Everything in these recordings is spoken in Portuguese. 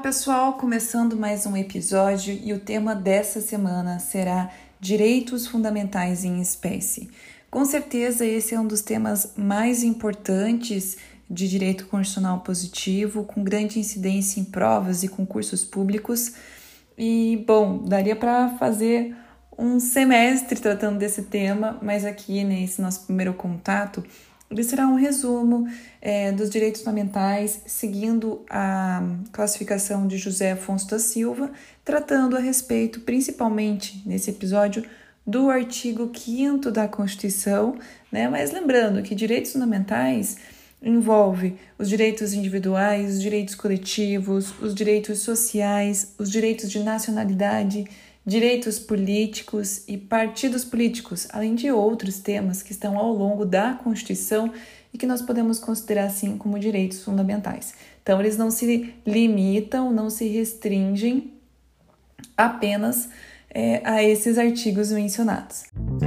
pessoal, começando mais um episódio e o tema dessa semana será Direitos Fundamentais em Espécie. Com certeza esse é um dos temas mais importantes de direito constitucional positivo, com grande incidência em provas e concursos públicos. E, bom, daria para fazer um semestre tratando desse tema, mas aqui nesse nosso primeiro contato, ele será um resumo dos direitos fundamentais, seguindo a classificação de José Afonso da Silva, tratando a respeito, principalmente nesse episódio, do artigo 5º da Constituição, né? Mas lembrando que direitos fundamentais envolve os direitos individuais, os direitos coletivos, os direitos sociais, os direitos de nacionalidade, direitos políticos e partidos políticos, além de outros temas que estão ao longo da Constituição e que nós podemos considerar assim como direitos fundamentais. Então, eles não se limitam, não se restringem apenas a esses artigos mencionados.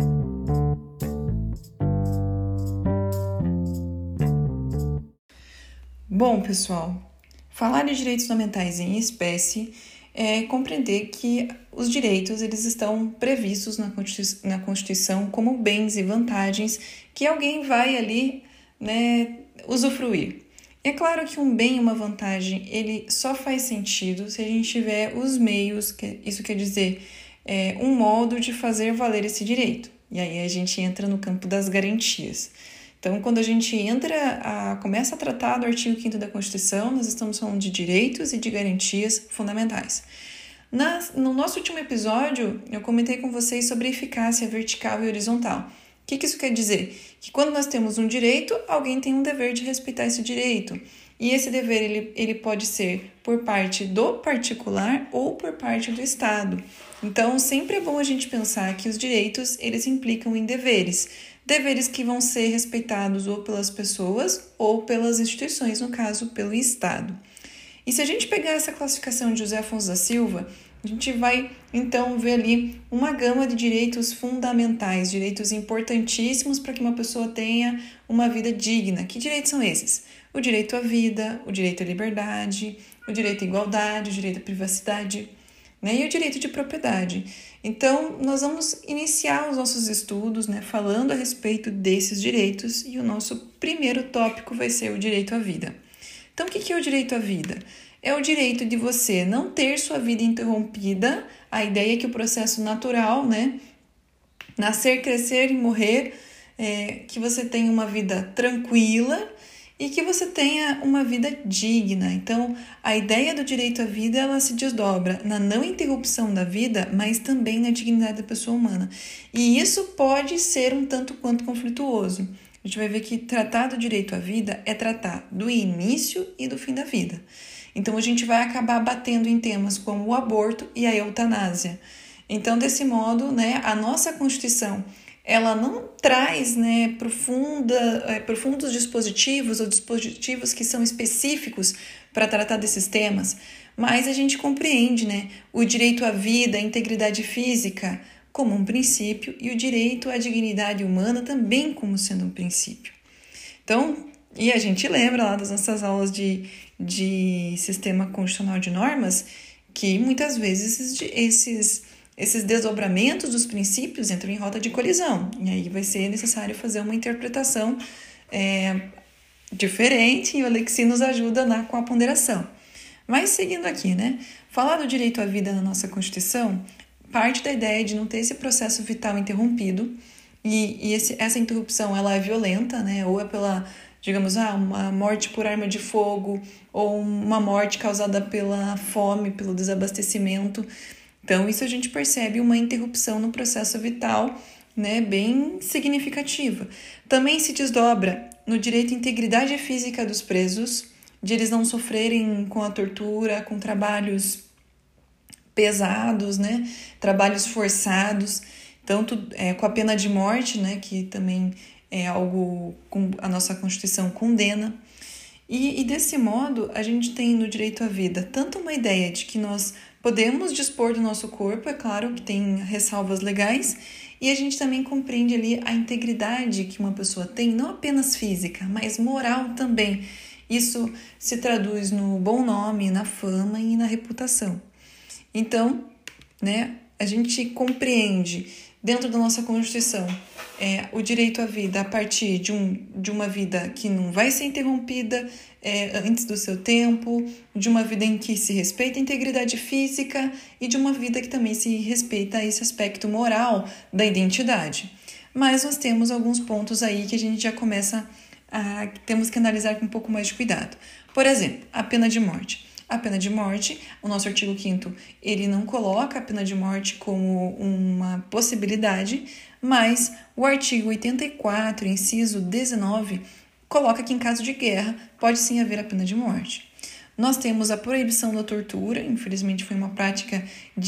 Bom, pessoal, falar de direitos fundamentais em espécie é compreender que os direitos eles estão previstos na Constituição como bens e vantagens que alguém vai ali, usufruir. É claro que um bem e uma vantagem ele só faz sentido se a gente tiver os meios, isso quer dizer, um modo de fazer valer esse direito. E aí a gente entra no campo das garantias. Então, quando a gente começa a tratar do artigo 5º da Constituição, nós estamos falando de direitos e de garantias fundamentais. No nosso último episódio, eu comentei com vocês sobre eficácia vertical e horizontal. O que isso quer dizer? Que quando nós temos um direito, alguém tem um dever de respeitar esse direito. E esse dever ele pode ser por parte do particular ou por parte do Estado. Então, sempre é bom a gente pensar que os direitos eles implicam em deveres. Deveres que vão ser respeitados ou pelas pessoas ou pelas instituições, no caso, pelo Estado. E se a gente pegar essa classificação de José Afonso da Silva, a gente vai, então, ver ali uma gama de direitos fundamentais, direitos importantíssimos para que uma pessoa tenha uma vida digna. Que direitos são esses? O direito à vida, o direito à liberdade, o direito à igualdade, o direito à privacidade, e o direito de propriedade. Então, nós vamos iniciar os nossos estudos, falando a respeito desses direitos e o nosso primeiro tópico vai ser o direito à vida. Então, o que é o direito à vida? É o direito de você não ter sua vida interrompida, a ideia é que o processo natural, nascer, crescer e morrer, que você tenha uma vida tranquila, e que você tenha uma vida digna. Então, a ideia do direito à vida, ela se desdobra na não interrupção da vida, mas também na dignidade da pessoa humana. E isso pode ser um tanto quanto conflituoso. A gente vai ver que tratar do direito à vida é tratar do início e do fim da vida. Então, a gente vai acabar batendo em temas como o aborto e a eutanásia. Então, desse modo, a nossa Constituição ela não traz profundos dispositivos ou dispositivos que são específicos para tratar desses temas, mas a gente compreende o direito à vida, à integridade física como um princípio e o direito à dignidade humana também como sendo um princípio. Então, e a gente lembra lá das nossas aulas de sistema constitucional de normas que muitas vezes esses desdobramentos dos princípios entram em rota de colisão. E aí vai ser necessário fazer uma interpretação diferente e o Alexi nos ajuda com a ponderação. Mas seguindo aqui, falar do direito à vida na nossa Constituição parte da ideia de não ter esse processo vital interrompido e essa interrupção ela é violenta, ou é pela, digamos, uma morte por arma de fogo ou uma morte causada pela fome, pelo desabastecimento. Então, isso a gente percebe uma interrupção no processo vital, bem significativa. Também se desdobra no direito à integridade física dos presos, de eles não sofrerem com a tortura, com trabalhos pesados, trabalhos forçados. Então, com a pena de morte, que também é algo que a nossa Constituição condena. E desse modo, a gente tem no direito à vida tanto uma ideia de que nós podemos dispor do nosso corpo, é claro que tem ressalvas legais, e a gente também compreende ali a integridade que uma pessoa tem, não apenas física, mas moral também. Isso se traduz no bom nome, na fama e na reputação. Então, né, a gente compreende dentro da nossa Constituição o direito à vida a partir de uma vida que não vai ser interrompida antes do seu tempo, de uma vida em que se respeita a integridade física e de uma vida que também se respeita esse aspecto moral da identidade. Mas nós temos alguns pontos aí que a gente já começa temos que analisar com um pouco mais de cuidado. Por exemplo, a pena de morte. A pena de morte, o nosso artigo 5º, ele não coloca a pena de morte como uma possibilidade, mas o artigo 84, inciso 19, coloca que em caso de guerra pode sim haver a pena de morte. Nós temos a proibição da tortura, infelizmente foi uma prática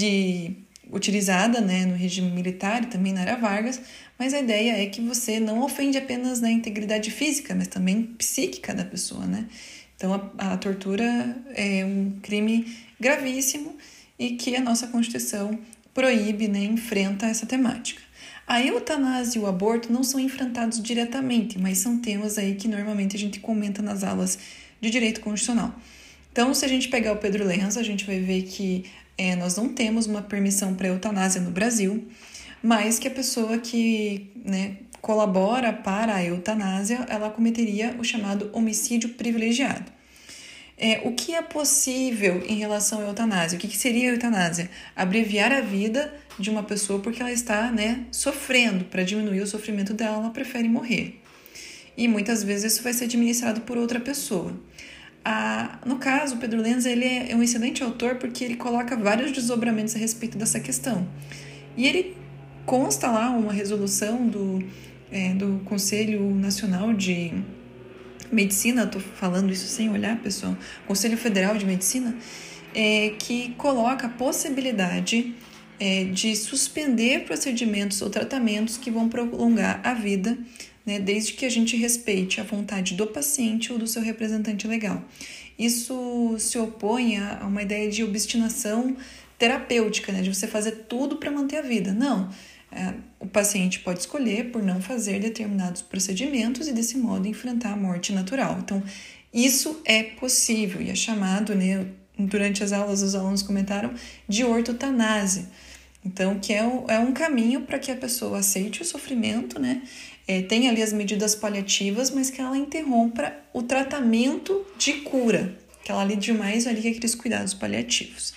utilizada, né, no regime militar e também na era Vargas, mas a ideia é que você não ofende apenas na integridade física, mas também psíquica da pessoa, né? Então, a tortura é um crime gravíssimo e que a nossa Constituição proíbe, né, enfrenta essa temática. A eutanásia e o aborto não são enfrentados diretamente, mas são temas aí que normalmente a gente comenta nas aulas de direito constitucional. Então, se a gente pegar o Pedro Lenz, a gente vai ver que nós não temos uma permissão para eutanásia no Brasil, mas que a pessoa que, né, colabora para a eutanásia, ela cometeria o chamado homicídio privilegiado. O que é possível em relação à eutanásia? O que seria a eutanásia? Abreviar a vida de uma pessoa porque ela está, né, sofrendo. Para diminuir o sofrimento dela, ela prefere morrer. E muitas vezes isso vai ser administrado por outra pessoa. No caso, o Pedro Lenz ele é um excelente autor porque ele coloca vários desdobramentos a respeito dessa questão. E ele consta lá uma resolução do Conselho Nacional de Medicina, estou falando isso sem olhar, pessoal, Conselho Federal de Medicina, que coloca a possibilidade de suspender procedimentos ou tratamentos que vão prolongar a vida, né, desde que a gente respeite a vontade do paciente ou do seu representante legal. Isso se opõe a uma ideia de obstinação terapêutica, né, de você fazer tudo para manter a vida. Não. O paciente pode escolher por não fazer determinados procedimentos e, desse modo, enfrentar a morte natural. Então, isso é possível e é chamado, né, durante as aulas, os alunos comentaram, de ortotanásia. Então, que é um caminho para que a pessoa aceite o sofrimento, né, tenha ali as medidas paliativas, mas que ela interrompa o tratamento de cura, que ela lide mais ali com aqueles cuidados paliativos.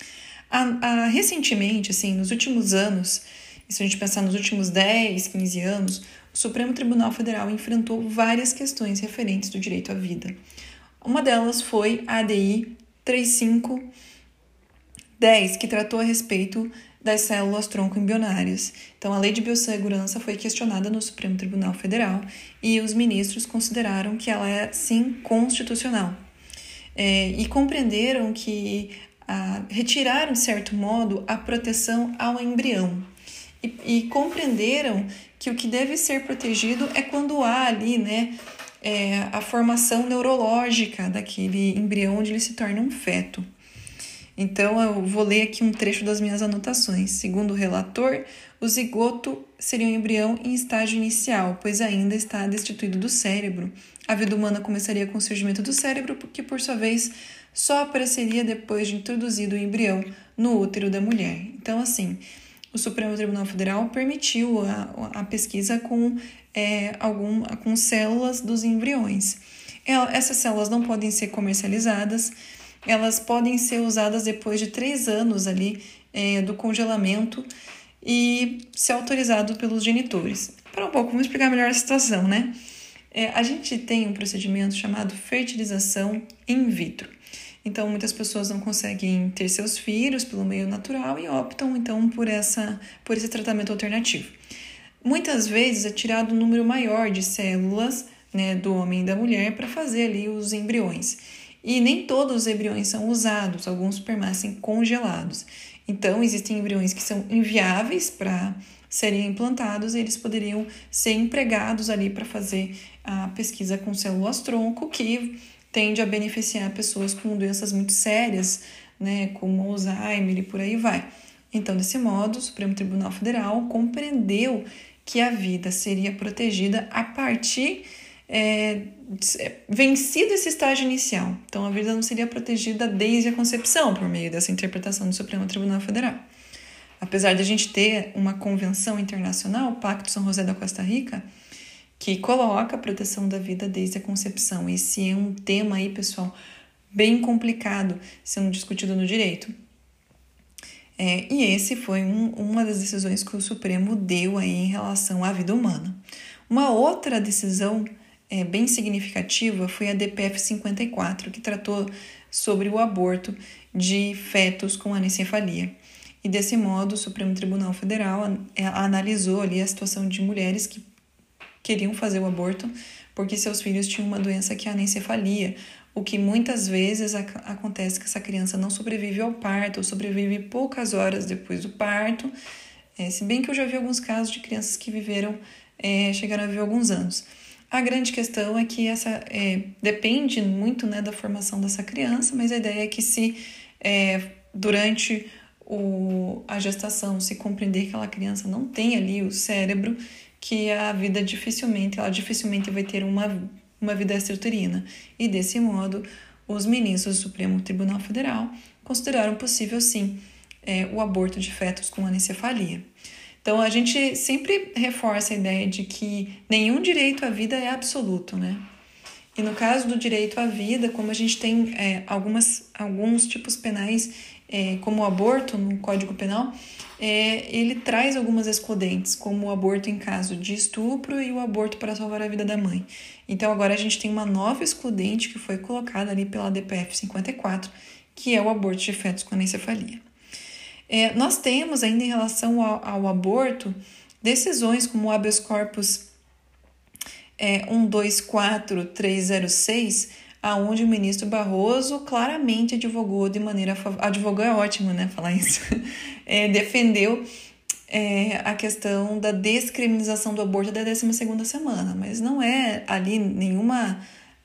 Recentemente, assim, nos últimos anos, e se a gente pensar nos últimos 10, 15 anos, o Supremo Tribunal Federal enfrentou várias questões referentes do direito à vida. Uma delas foi a ADI 3510, que tratou a respeito das células tronco embrionárias. Então, a Lei de Biossegurança foi questionada no Supremo Tribunal Federal e os ministros consideraram que ela é, sim, constitucional. E compreenderam que retiraram, de certo modo, a proteção ao embrião. E compreenderam que o que deve ser protegido é quando há ali, né, a formação neurológica daquele embrião onde ele se torna um feto. Então, eu vou ler aqui um trecho das minhas anotações. Segundo o relator, o zigoto seria um embrião em estágio inicial, pois ainda está destituído do cérebro. A vida humana começaria com o surgimento do cérebro, que, por sua vez, só apareceria depois de introduzido o embrião no útero da mulher. Então, assim, o Supremo Tribunal Federal permitiu a pesquisa com células dos embriões. Essas células não podem ser comercializadas, elas podem ser usadas depois de 3 anos ali do congelamento e ser autorizado pelos genitores. Para um pouco, vamos explicar melhor a situação, né? A gente tem um procedimento chamado fertilização in vitro. Então, muitas pessoas não conseguem ter seus filhos pelo meio natural e optam, então, por esse tratamento alternativo. Muitas vezes é tirado um número maior de células, né, do homem e da mulher para fazer ali os embriões. E nem todos os embriões são usados, alguns permanecem congelados. Então, existem embriões que são inviáveis para serem implantados e eles poderiam ser empregados ali para fazer a pesquisa com células-tronco, que tende a beneficiar pessoas com doenças muito sérias, né, como Alzheimer e por aí vai. Então, desse modo, o Supremo Tribunal Federal compreendeu que a vida seria protegida a partir vencido esse estágio inicial. Então, a vida não seria protegida desde a concepção, por meio dessa interpretação do Supremo Tribunal Federal. Apesar de a gente ter uma convenção internacional, o Pacto São José da Costa Rica, que coloca a proteção da vida desde a concepção. Esse é um tema aí, pessoal, bem complicado sendo discutido no direito. E esse foi uma das decisões que o Supremo deu aí em relação à vida humana. Uma outra decisão bem significativa foi a DPF 54, que tratou sobre o aborto de fetos com anencefalia. E desse modo, o Supremo Tribunal Federal analisou ali a situação de mulheres que queriam fazer o aborto porque seus filhos tinham uma doença que é a anencefalia, o que muitas vezes acontece que essa criança não sobrevive ao parto ou sobrevive poucas horas depois do parto, se bem que eu já vi alguns casos de crianças que chegaram a viver alguns anos. A grande questão é que depende muito, né, da formação dessa criança, mas a ideia é que se durante a gestação se compreender que aquela criança não tem ali o cérebro, que a vida dificilmente vai ter uma vida extrauterina. E desse modo, os ministros do Supremo Tribunal Federal consideraram possível, sim, o aborto de fetos com anencefalia. Então, a gente sempre reforça a ideia de que nenhum direito à vida é absoluto, né? E no caso do direito à vida, como a gente tem alguns tipos penais, como o aborto no Código Penal, ele traz algumas excludentes, como o aborto em caso de estupro e o aborto para salvar a vida da mãe. Então, agora a gente tem uma nova excludente que foi colocada ali pela DPF 54, que é o aborto de fetos com anencefalia. Nós temos ainda em relação ao aborto decisões como o habeas corpus 124306, aonde o ministro Barroso claramente advogou de maneira... Advogou é ótimo, né, falar isso. Defendeu a questão da descriminalização do aborto da 12ª semana, mas não é ali nenhuma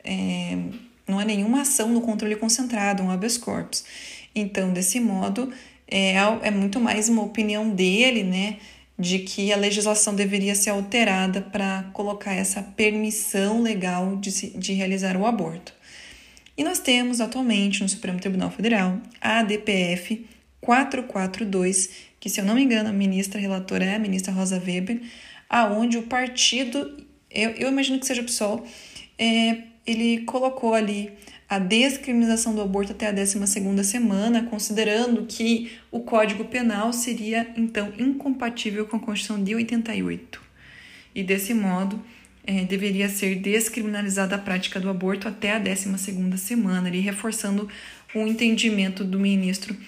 ação no controle concentrado, um habeas corpus. Então, desse modo, é muito mais uma opinião dele, né, de que a legislação deveria ser alterada para colocar essa permissão legal de realizar o aborto. E nós temos atualmente no Supremo Tribunal Federal a DPF 442, que, se eu não me engano, a ministra relatora é a ministra Rosa Weber, aonde o partido, eu imagino que seja o PSOL, ele colocou ali a descriminalização do aborto até a 12ª semana, considerando que o Código Penal seria, então, incompatível com a Constituição de 88. E, desse modo, deveria ser descriminalizada a prática do aborto até a 12ª semana, ali reforçando o entendimento do ministro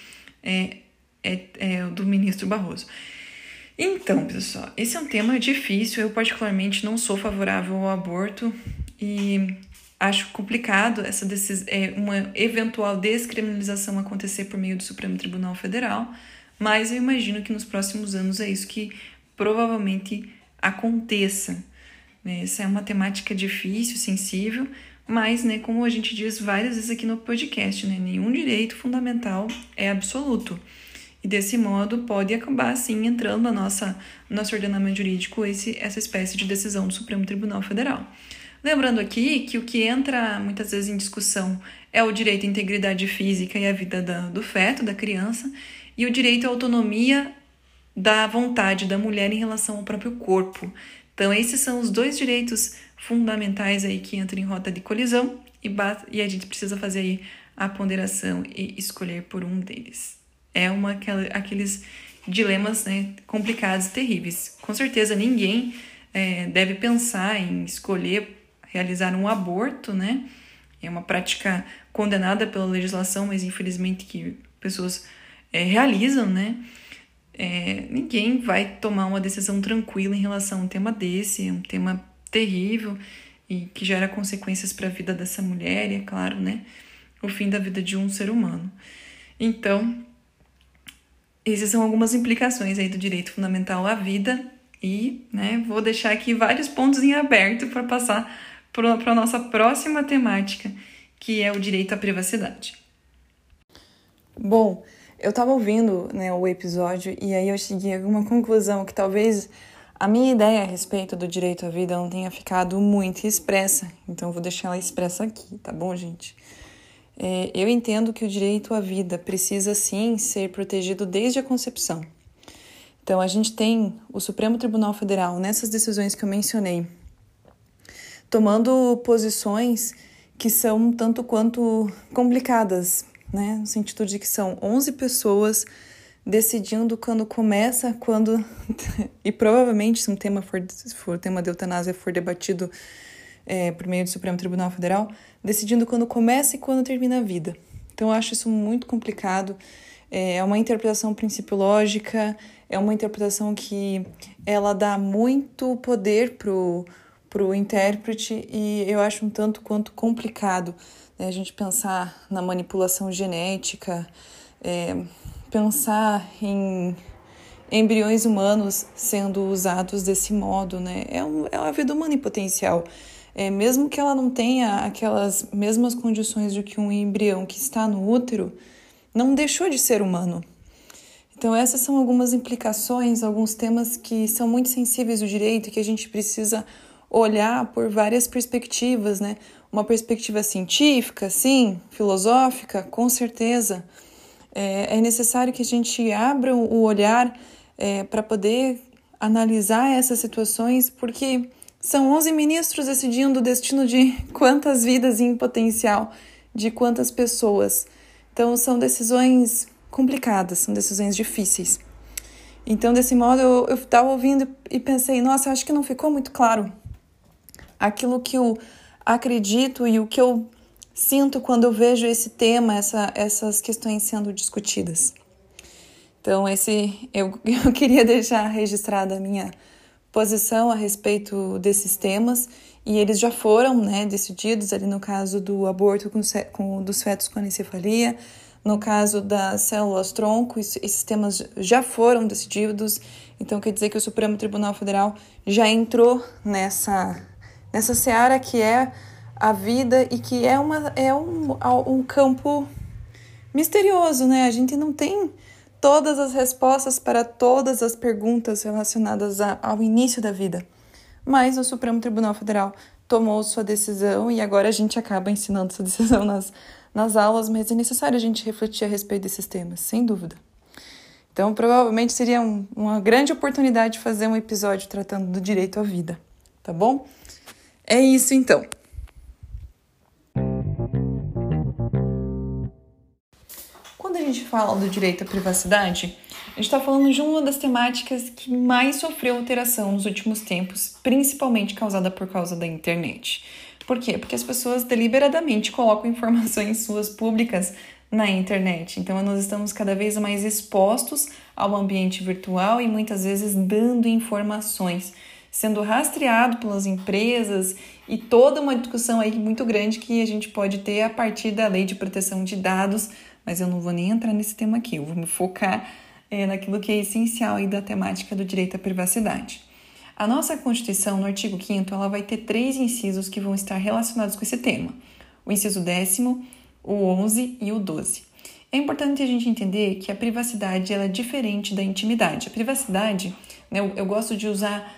Barroso. Então, pessoal, esse é um tema difícil. Eu, particularmente, não sou favorável ao aborto e acho complicado uma eventual descriminalização acontecer por meio do Supremo Tribunal Federal, mas eu imagino que nos próximos anos é isso que provavelmente aconteça. Essa é uma temática difícil, sensível, mas, né, como a gente diz várias vezes aqui no podcast, né, nenhum direito fundamental é absoluto. E desse modo pode acabar, sim, entrando no nosso ordenamento jurídico essa espécie de decisão do Supremo Tribunal Federal. Lembrando aqui que o que entra muitas vezes em discussão é o direito à integridade física e à vida do feto, da criança, e o direito à autonomia da vontade da mulher em relação ao próprio corpo. Então, esses são os dois direitos fundamentais aí que entram em rota de colisão e a gente precisa fazer aí a ponderação e escolher por um deles. Aqueles dilemas, né, complicados e terríveis. Com certeza ninguém deve pensar em escolher realizar um aborto, né? É uma prática condenada pela legislação, mas infelizmente que pessoas realizam, né? Ninguém vai tomar uma decisão tranquila em relação a um tema desse, um tema terrível e que gera consequências para a vida dessa mulher e, é claro, né, o fim da vida de um ser humano. Então, essas são algumas implicações aí do direito fundamental à vida e, né, vou deixar aqui vários pontos em aberto para passar para a nossa próxima temática, que é o direito à privacidade. Bom, eu estava ouvindo, né, o episódio e aí eu cheguei a uma conclusão que talvez A minha ideia a respeito do direito à vida não tenha ficado muito expressa, então eu vou deixar ela expressa aqui, tá bom, gente? Eu entendo que o direito à vida precisa, sim, ser protegido desde a concepção. Então, a gente tem o Supremo Tribunal Federal, nessas decisões que eu mencionei, tomando posições que são tanto quanto complicadas, né? No sentido de que são 11 pessoas decidindo quando e provavelmente se o tema da eutanásia for debatido por meio do Supremo Tribunal Federal, decidindo quando começa e quando termina a vida. Então eu acho isso muito complicado, é uma interpretação principiológica, é uma interpretação que ela dá muito poder pro intérprete e eu acho um tanto quanto complicado, né, a gente pensar na manipulação genética, pensar em embriões humanos sendo usados desse modo, né? É uma vida humana em potencial. Mesmo que ela não tenha aquelas mesmas condições de que um embrião que está no útero, não deixou de ser humano. Então essas são algumas implicações, alguns temas que são muito sensíveis do direito e que a gente precisa olhar por várias perspectivas, né? Uma perspectiva científica, sim, filosófica, com certeza. É necessário que a gente abra o olhar para poder analisar essas situações, porque são 11 ministros decidindo o destino de quantas vidas em potencial, de quantas pessoas. Então, são decisões complicadas, são decisões difíceis. Então, desse modo, eu estava ouvindo e pensei, nossa, acho que não ficou muito claro aquilo que eu acredito e o que eu sinto quando eu vejo esse tema, essas questões sendo discutidas. Então, eu queria deixar registrada a minha posição a respeito desses temas, e eles já foram, né, decididos ali no caso do aborto dos fetos com anencefalia, no caso das células-tronco, esses temas já foram decididos, então quer dizer que o Supremo Tribunal Federal já entrou nessa seara que é a vida e que é um campo misterioso, né? A gente não tem todas as respostas para todas as perguntas relacionadas ao início da vida. Mas o Supremo Tribunal Federal tomou sua decisão e agora a gente acaba ensinando essa decisão nas aulas, mas é necessário a gente refletir a respeito desses temas, sem dúvida. Então, provavelmente seria uma grande oportunidade de fazer um episódio tratando do direito à vida, tá bom? É isso, então. Quando a gente fala do direito à privacidade, a gente está falando de uma das temáticas que mais sofreu alteração nos últimos tempos, principalmente causada por causa da internet. Por quê? Porque as pessoas deliberadamente colocam informações suas públicas na internet. Então, nós estamos cada vez mais expostos ao ambiente virtual e muitas vezes dando informações, sendo rastreado pelas empresas e toda uma discussão aí muito grande que a gente pode ter a partir da Lei de Proteção de Dados, mas eu não vou nem entrar nesse tema aqui, eu vou me focar naquilo que é essencial aí da temática do direito à privacidade. A nossa Constituição, no artigo 5º, ela vai ter 3 incisos que vão estar relacionados com esse tema. O inciso 10º, o 11 e o 12. É importante a gente entender que a privacidade ela é diferente da intimidade. A privacidade, né, eu gosto de usar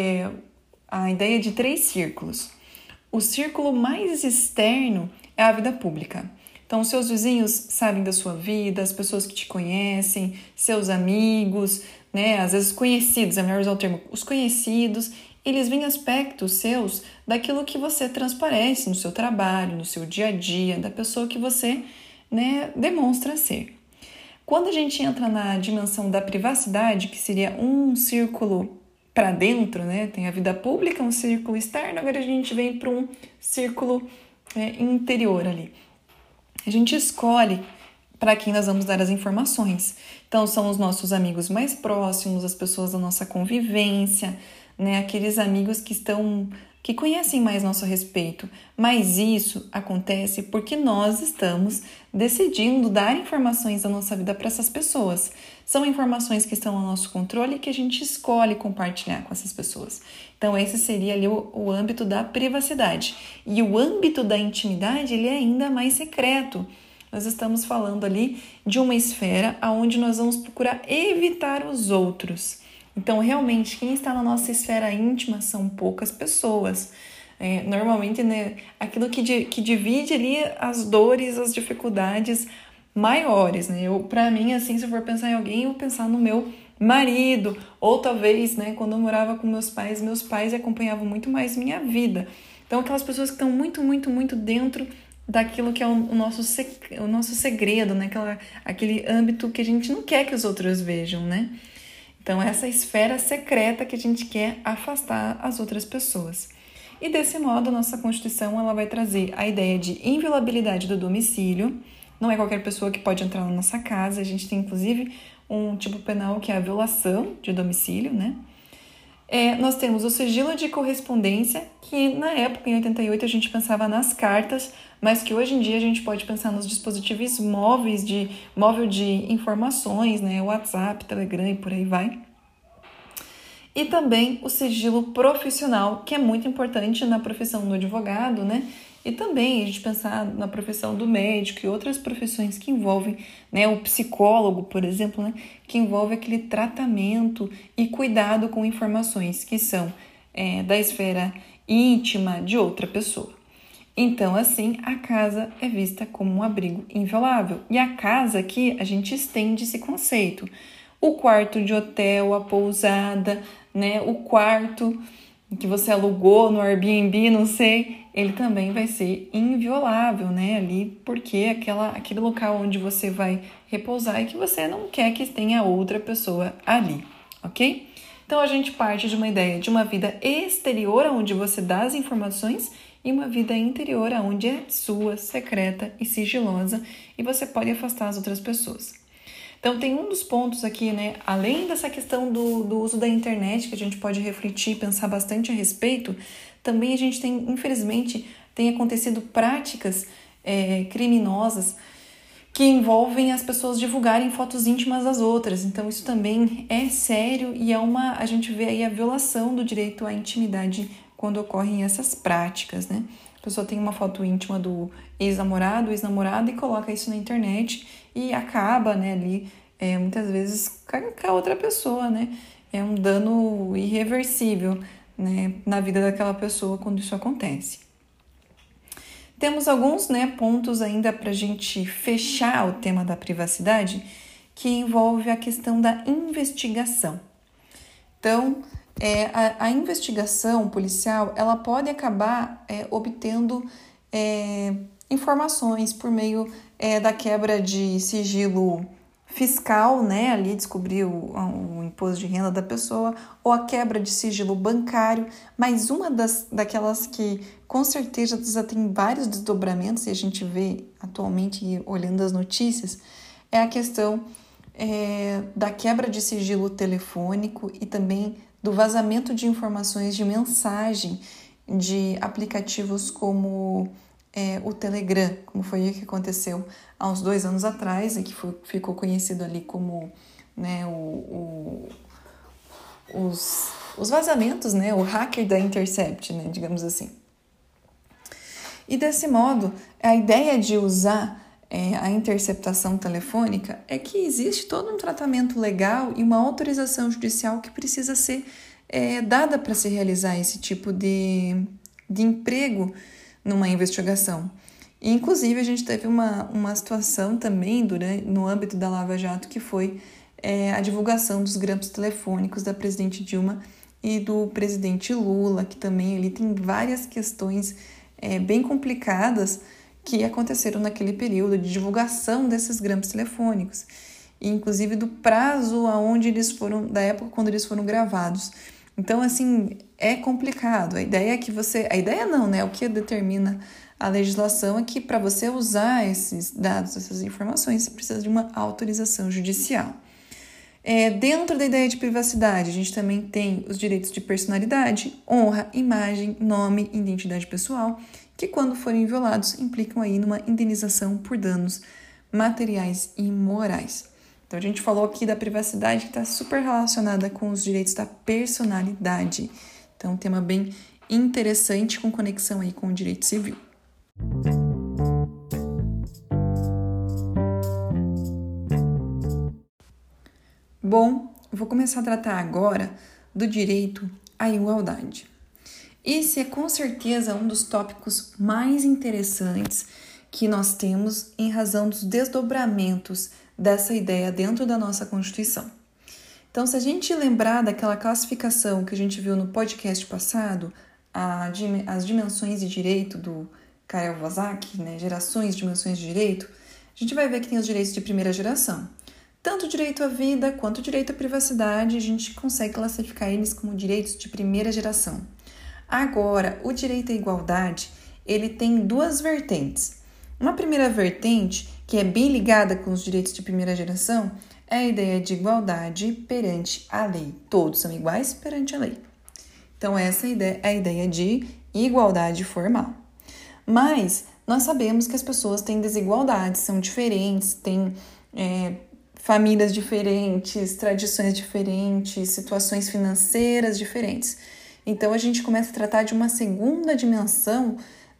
a ideia de 3 círculos. O círculo mais externo é a vida pública. Então, seus vizinhos sabem da sua vida, as pessoas que te conhecem, seus amigos, né? Às vezes conhecidos, é melhor usar o termo, os conhecidos, eles veem aspectos seus daquilo que você transparece no seu trabalho, no seu dia a dia, da pessoa que você, né, demonstra ser. Quando a gente entra na dimensão da privacidade, que seria um círculo para dentro, né? Tem a vida pública, um círculo externo, agora a gente vem para um círculo interior ali. A gente escolhe para quem nós vamos dar as informações. Então, são os nossos amigos mais próximos, as pessoas da nossa convivência, né? Aqueles amigos que conhecem mais nosso respeito. Mas isso acontece porque nós estamos decidindo dar informações da nossa vida para essas pessoas. São informações que estão ao nosso controle e que a gente escolhe compartilhar com essas pessoas. Então, esse seria ali o âmbito da privacidade. E o âmbito da intimidade, ele é ainda mais secreto. Nós estamos falando ali de uma esfera onde nós vamos procurar evitar os outros. Então, realmente, quem está na nossa esfera íntima são poucas pessoas. Normalmente, né, aquilo que divide ali as dores, as dificuldades maiores, né? Para mim, assim, se eu for pensar em alguém, eu vou pensar no meu marido, ou talvez, né, quando eu morava com meus pais acompanhavam muito mais minha vida. Então, aquelas pessoas que estão muito, muito, muito dentro daquilo que é o nosso segredo, né? Aquele âmbito que a gente não quer que os outros vejam, né? Então, essa esfera secreta que a gente quer afastar as outras pessoas. E desse modo, a nossa Constituição ela vai trazer a ideia de inviolabilidade do domicílio. Não é qualquer pessoa que pode entrar na nossa casa. A gente tem, inclusive, um tipo penal que é a violação de domicílio, né? Nós temos o sigilo de correspondência, que na época, em 88, a gente pensava nas cartas, mas que hoje em dia a gente pode pensar nos dispositivos móvel de informações, né? WhatsApp, Telegram e por aí vai. E também o sigilo profissional, que é muito importante na profissão do advogado, né? E também a gente pensar na profissão do médico e outras profissões que envolvem, né, o psicólogo, por exemplo, né, que envolve aquele tratamento e cuidado com informações que são da esfera íntima de outra pessoa. Então, assim, a casa é vista como um abrigo inviolável. E a casa aqui, a gente estende esse conceito. O quarto de hotel, a pousada, né, o quarto que você alugou no Airbnb, não sei, ele também vai ser inviolável, né, ali, porque aquele local onde você vai repousar e que você não quer que tenha outra pessoa ali, ok? Então, a gente parte de uma ideia de uma vida exterior, onde você dá as informações, e uma vida interior, onde é sua, secreta e sigilosa, e você pode afastar as outras pessoas. Então, tem um dos pontos aqui, né? Além dessa questão do uso da internet, que a gente pode refletir e pensar bastante a respeito, também a gente tem, infelizmente, tem acontecido práticas criminosas que envolvem as pessoas divulgarem fotos íntimas das outras. Então, isso também é sério e a gente vê aí a violação do direito à intimidade quando ocorrem essas práticas, né? A pessoa tem uma foto íntima do ex-namorado, ex-namorada e coloca isso na internet e acaba, né, ali, muitas vezes com a outra pessoa, né? É um dano irreversível, né, na vida daquela pessoa quando isso acontece. Temos alguns, né, pontos ainda para a gente fechar o tema da privacidade, que envolve a questão da investigação. Então, a investigação policial ela pode acabar obtendo informações por meio da quebra de sigilo fiscal, né? Ali descobrir o imposto de renda da pessoa, ou a quebra de sigilo bancário, mas uma daquelas que com certeza já tem vários desdobramentos, e a gente vê atualmente olhando as notícias, é a questão da quebra de sigilo telefônico e também do vazamento de informações de mensagem de aplicativos como o Telegram, como foi o que aconteceu há uns 2 anos atrás, e que ficou conhecido ali como, né, os vazamentos, né, o hacker da Intercept, né, digamos assim. E desse modo, a ideia de usar a interceptação telefônica é que existe todo um tratamento legal e uma autorização judicial que precisa ser dada para se realizar esse tipo de emprego numa investigação. E, inclusive, a gente teve uma situação também no âmbito da Lava Jato, que foi a divulgação dos grampos telefônicos da presidente Dilma e do presidente Lula, que também ali tem várias questões bem complicadas que aconteceram naquele período de divulgação desses grampos telefônicos, e inclusive do prazo da época quando eles foram gravados. Então, assim, é complicado. A ideia é que o que determina a legislação é que para você usar esses dados, essas informações, você precisa de uma autorização judicial. Dentro da ideia de privacidade, a gente também tem os direitos de personalidade, honra, imagem, nome e identidade pessoal, que quando forem violados implicam aí numa indenização por danos materiais e morais. Então, a gente falou aqui da privacidade, que está super relacionada com os direitos da personalidade. Então, um tema bem interessante com conexão aí com o direito civil. Bom, eu vou começar a tratar agora do direito à igualdade. Esse é com certeza um dos tópicos mais interessantes que nós temos em razão dos desdobramentos dessa ideia dentro da nossa Constituição. Então, se a gente lembrar daquela classificação que a gente viu no podcast passado, as dimensões de direito do Karel Vazak, né, gerações, dimensões de direito, a gente vai ver que tem os direitos de primeira geração. Tanto o direito à vida quanto o direito à privacidade, a gente consegue classificar eles como direitos de primeira geração. Agora, o direito à igualdade, ele tem duas vertentes. Uma primeira vertente, que é bem ligada com os direitos de primeira geração, é a ideia de igualdade perante a lei. Todos são iguais perante a lei. Então, essa é a ideia de igualdade formal. Mas nós sabemos que as pessoas têm desigualdades, são diferentes, têm famílias diferentes, tradições diferentes, situações financeiras diferentes. Então, a gente começa a tratar de uma segunda dimensão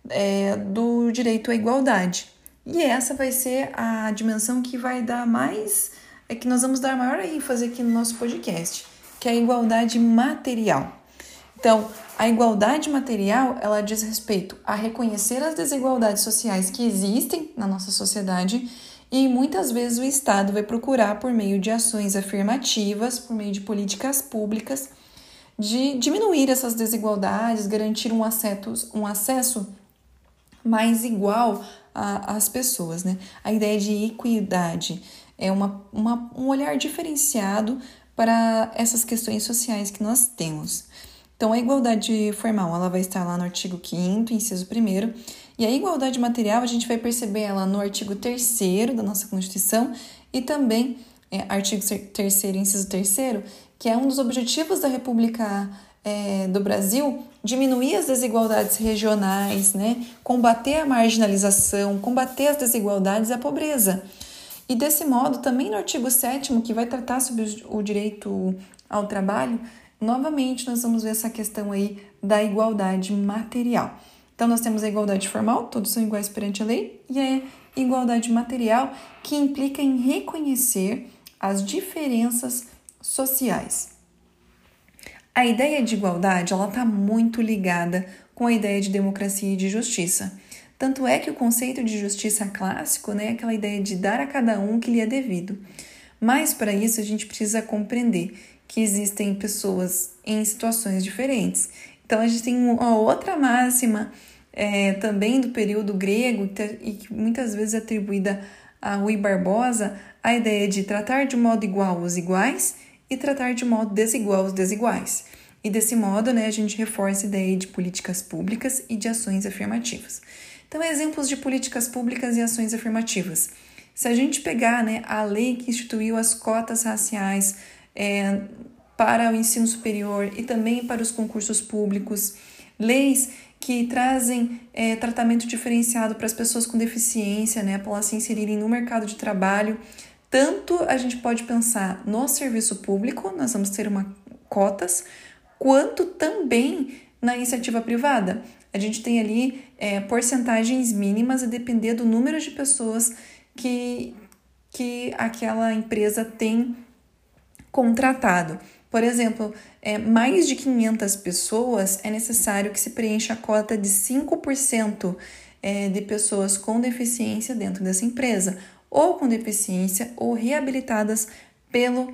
do direito à igualdade. E essa vai ser a dimensão que vai dar mais, que nós vamos dar maior ênfase aqui no nosso podcast, que é a igualdade material. Então, a igualdade material, ela diz respeito a reconhecer as desigualdades sociais que existem na nossa sociedade e muitas vezes o Estado vai procurar, por meio de ações afirmativas, por meio de políticas públicas, de diminuir essas desigualdades, garantir um acesso mais igual às pessoas, né? A ideia de equidade é um olhar diferenciado para essas questões sociais que nós temos. Então, a igualdade formal, ela vai estar lá no artigo 5º, inciso 1º, e a igualdade material, a gente vai perceber ela no artigo 3º da nossa Constituição e também artigo 3º, inciso 3º, que é um dos objetivos da República do Brasil, diminuir as desigualdades regionais, né? Combater a marginalização, combater as desigualdades e a pobreza. E desse modo, também no artigo 7º, que vai tratar sobre o direito ao trabalho, novamente nós vamos ver essa questão aí da igualdade material. Então, nós temos a igualdade formal, todos são iguais perante a lei, e a igualdade material, que implica em reconhecer as diferenças sociais. A ideia de igualdade, ela está muito ligada com a ideia de democracia e de justiça. Tanto é que o conceito de justiça clássico, né, é aquela ideia de dar a cada um o que lhe é devido. Mas, para isso, a gente precisa compreender que existem pessoas em situações diferentes. Então, a gente tem uma outra máxima também do período grego e que muitas vezes é atribuída a Rui Barbosa, a ideia de tratar de modo igual os iguais e tratar de modo desigual os desiguais. E desse modo, né, a gente reforça a ideia de políticas públicas e de ações afirmativas. Então, exemplos de políticas públicas e ações afirmativas. Se a gente pegar, né, a lei que instituiu as cotas raciais para o ensino superior e também para os concursos públicos, leis que trazem tratamento diferenciado para as pessoas com deficiência, né, para elas se inserirem no mercado de trabalho. Tanto a gente pode pensar no serviço público, nós vamos ter cotas, quanto também na iniciativa privada. A gente tem ali porcentagens mínimas a depender do número de pessoas que aquela empresa tem contratado. Por exemplo, mais de 500 pessoas é necessário que se preencha a cota de 5% de pessoas com deficiência dentro dessa empresa, ou com deficiência ou reabilitadas pelo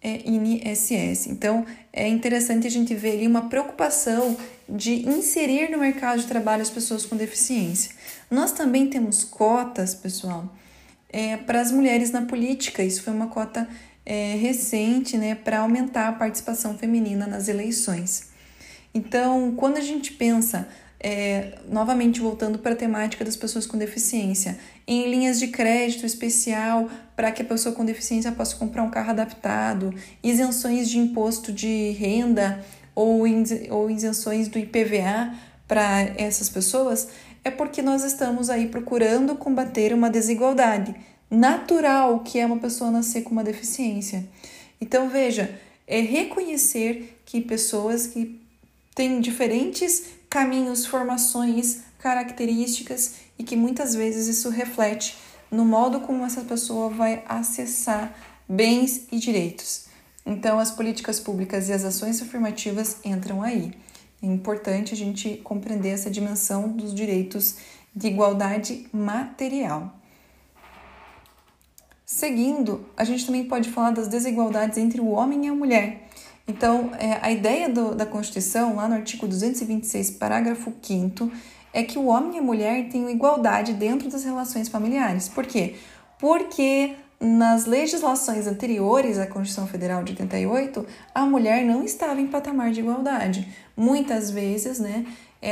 INSS. Então, é interessante a gente ver ali uma preocupação de inserir no mercado de trabalho as pessoas com deficiência. Nós também temos cotas, pessoal, para as mulheres na política. Isso foi uma cota recente, né, para aumentar a participação feminina nas eleições. Então, quando a gente pensa, novamente voltando para a temática das pessoas com deficiência, em linhas de crédito especial para que a pessoa com deficiência possa comprar um carro adaptado, isenções de imposto de renda ou isenções do IPVA para essas pessoas, é porque nós estamos aí procurando combater uma desigualdade natural que é uma pessoa nascer com uma deficiência. Então, veja, é reconhecer que pessoas que têm diferentes caminhos, formações, características e que muitas vezes isso reflete no modo como essa pessoa vai acessar bens e direitos. Então, as políticas públicas e as ações afirmativas entram aí. É importante a gente compreender essa dimensão dos direitos de igualdade material. Seguindo, a gente também pode falar das desigualdades entre o homem e a mulher. Então, a ideia da Constituição, lá no artigo 226, parágrafo 5º, é que o homem e a mulher tenham igualdade dentro das relações familiares. Por quê? Porque nas legislações anteriores à Constituição Federal de 88, a mulher não estava em patamar de igualdade. Muitas vezes, né,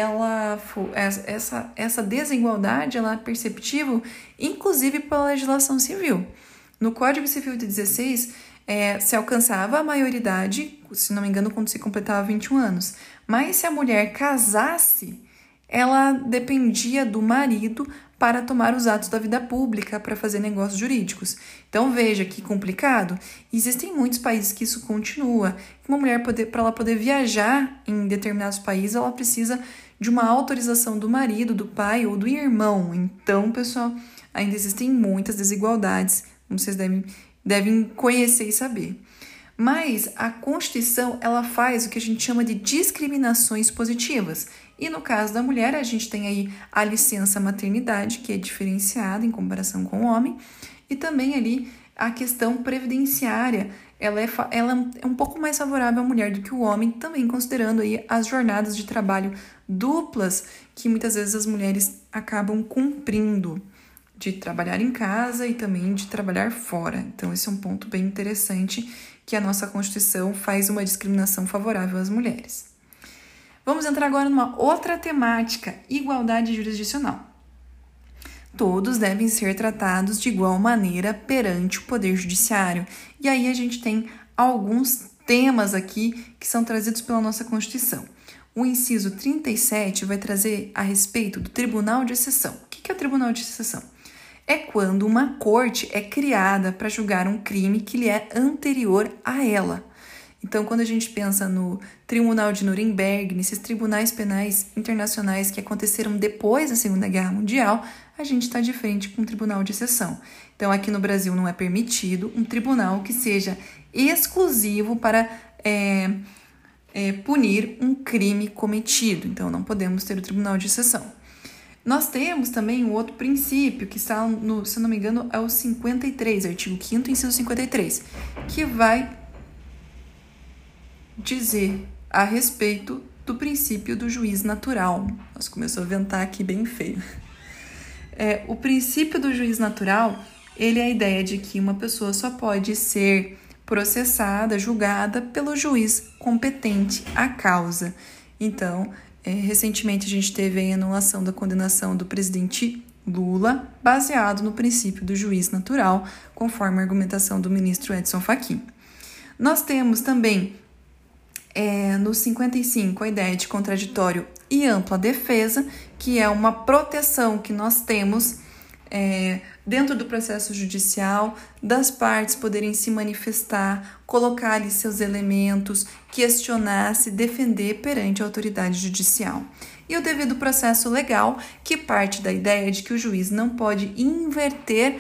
essa desigualdade ela é perceptível, inclusive pela legislação civil. No Código Civil de 16, se alcançava a maioridade, se não me engano, quando se completava 21 anos. Mas se a mulher casasse, ela dependia do marido para tomar os atos da vida pública, para fazer negócios jurídicos. Então, veja que complicado. Existem muitos países que isso continua. Uma mulher, para ela poder viajar em determinados países, ela precisa de uma autorização do marido, do pai ou do irmão. Então, pessoal, ainda existem muitas desigualdades, como vocês devem conhecer e saber. Mas a Constituição, ela faz o que a gente chama de discriminações positivas. E no caso da mulher, a gente tem aí a licença maternidade, que é diferenciada em comparação com o homem, e também ali a questão previdenciária, ela é um pouco mais favorável à mulher do que o homem, também considerando aí as jornadas de trabalho duplas que muitas vezes as mulheres acabam cumprindo, de trabalhar em casa e também de trabalhar fora. Então, esse é um ponto bem interessante que a nossa Constituição faz uma discriminação favorável às mulheres. Vamos entrar agora numa outra temática, igualdade jurisdicional. Todos devem ser tratados de igual maneira perante o Poder Judiciário. E aí a gente tem alguns temas aqui que são trazidos pela nossa Constituição. O inciso 37 vai trazer a respeito do Tribunal de Exceção. O que é o Tribunal de Exceção? É quando uma corte é criada para julgar um crime que lhe é anterior a ela. Então, quando a gente pensa no Tribunal de Nuremberg, nesses tribunais penais internacionais que aconteceram depois da Segunda Guerra Mundial, a gente está de frente com um tribunal de exceção. Então, aqui no Brasil não é permitido um tribunal que seja exclusivo para punir um crime cometido. Então, não podemos ter o tribunal de exceção. Nós temos também um outro princípio, que está, se eu não me engano, é o 53, artigo 5º, inciso 53, que vai dizer a respeito do princípio do juiz natural. Nossa, começou a ventar aqui bem feio. O princípio do juiz natural, ele é a ideia de que uma pessoa só pode ser processada, julgada pelo juiz competente à causa. Então, recentemente a gente teve a anulação da condenação do presidente Lula, baseado no princípio do juiz natural, conforme a argumentação do ministro Edson Fachin. Nós temos também, no 55, a ideia de contraditório e ampla defesa, que é uma proteção que nós temos dentro do processo judicial, das partes poderem se manifestar, colocar ali seus elementos, questionar, se defender perante a autoridade judicial. E o devido processo legal, que parte da ideia de que o juiz não pode inverter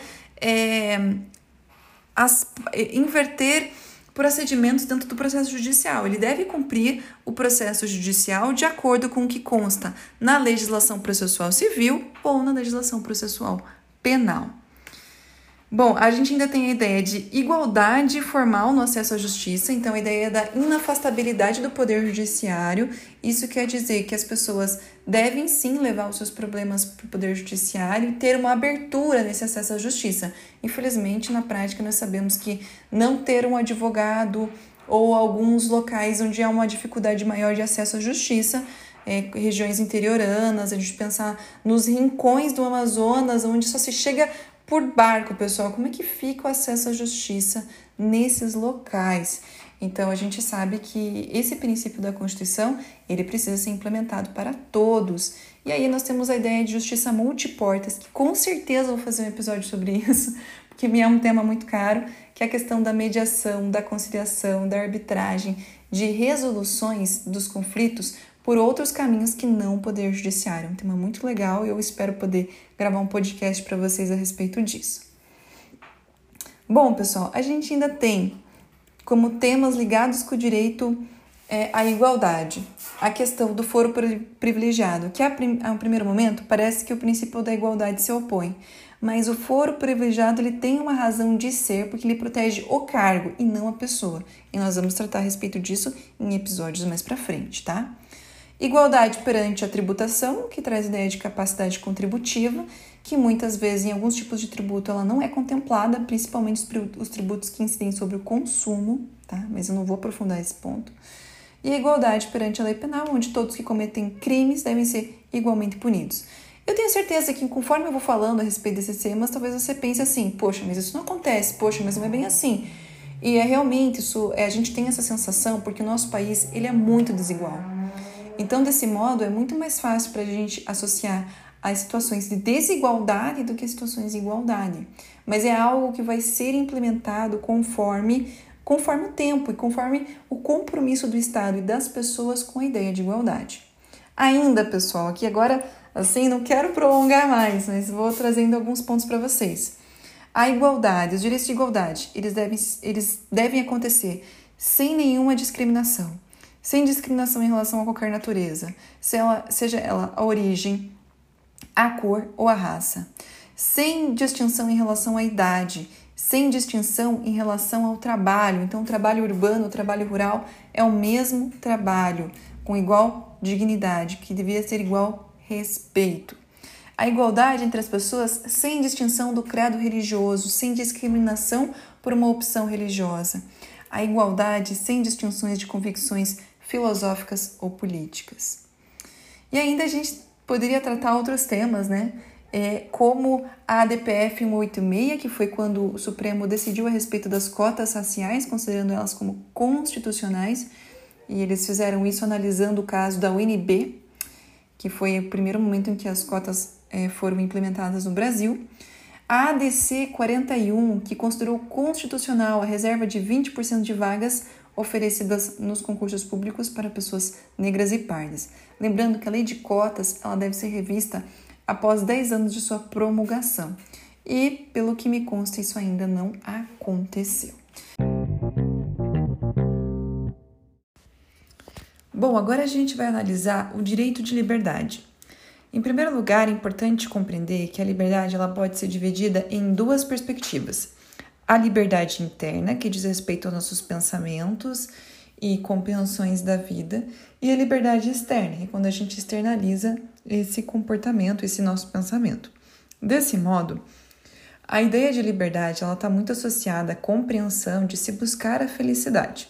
procedimentos dentro do processo judicial. Ele deve cumprir o processo judicial de acordo com o que consta na legislação processual civil ou na legislação processual penal. Bom, a gente ainda tem a ideia de igualdade formal no acesso à justiça, então a ideia da inafastabilidade do poder judiciário. Isso quer dizer que as pessoas devem sim levar os seus problemas para o poder judiciário e ter uma abertura nesse acesso à justiça. Infelizmente, na prática, nós sabemos que não ter um advogado ou alguns locais onde há uma dificuldade maior de acesso à justiça, regiões interioranas, a gente pensar nos rincões do Amazonas, onde só se chega por barco, pessoal. Como é que fica o acesso à justiça nesses locais? Então, a gente sabe que esse princípio da Constituição, ele precisa ser implementado para todos. E aí nós temos a ideia de justiça multiportas, que com certeza eu vou fazer um episódio sobre isso, porque me é um tema muito caro, que é a questão da mediação, da conciliação, da arbitragem, de resoluções dos conflitos por outros caminhos que não o poder judiciário. É um tema muito legal e eu espero poder gravar um podcast para vocês a respeito disso. Bom, pessoal, a gente ainda tem como temas ligados com o direito à igualdade. A questão do foro privilegiado, que a um primeiro momento parece que o princípio da igualdade se opõe, mas o foro privilegiado ele tem uma razão de ser porque ele protege o cargo e não a pessoa. E nós vamos tratar a respeito disso em episódios mais para frente, tá? Igualdade perante a tributação, que traz a ideia de capacidade contributiva, que muitas vezes em alguns tipos de tributo ela não é contemplada, principalmente os tributos que incidem sobre o consumo, tá? Mas eu não vou aprofundar esse ponto. E a igualdade perante a lei penal, onde todos que cometem crimes devem ser igualmente punidos. Eu tenho certeza que conforme eu vou falando a respeito desses temas, talvez você pense assim, poxa, mas isso não acontece, poxa, mas não é bem assim. E realmente isso, a gente tem essa sensação porque o nosso país ele é muito desigual. Então, desse modo, é muito mais fácil para a gente associar as situações de desigualdade do que as situações de igualdade. Mas é algo que vai ser implementado conforme o tempo e conforme o compromisso do Estado e das pessoas com a ideia de igualdade. Ainda, pessoal, aqui agora, assim, não quero prolongar mais, mas vou trazendo alguns pontos para vocês. A igualdade, os direitos de igualdade, eles devem acontecer sem nenhuma discriminação. Sem discriminação em relação a qualquer natureza, seja ela a origem, a cor ou a raça. Sem distinção em relação à idade, sem distinção em relação ao trabalho. Então, o trabalho urbano, o trabalho rural é o mesmo trabalho, com igual dignidade, que devia ser igual respeito. A igualdade entre as pessoas sem distinção do credo religioso, sem discriminação por uma opção religiosa. A igualdade sem distinções de convicções filosóficas ou políticas. E ainda a gente poderia tratar outros temas, né? Como a ADPF 186, que foi quando o Supremo decidiu a respeito das cotas raciais, considerando elas como constitucionais, e eles fizeram isso analisando o caso da UNB, que foi o primeiro momento em que as cotas foram implementadas no Brasil. A ADC 41, que considerou constitucional a reserva de 20% de vagas oferecidas nos concursos públicos para pessoas negras e pardas. Lembrando que a lei de cotas ela deve ser revista após 10 anos de sua promulgação. E, pelo que me consta, isso ainda não aconteceu. Bom, agora a gente vai analisar o direito de liberdade. Em primeiro lugar, é importante compreender que a liberdade ela pode ser dividida em duas perspectivas. A liberdade interna, que diz respeito aos nossos pensamentos e compreensões da vida, e a liberdade externa, que é quando a gente externaliza esse comportamento, esse nosso pensamento. Desse modo, a ideia de liberdade está muito associada à compreensão de se buscar a felicidade.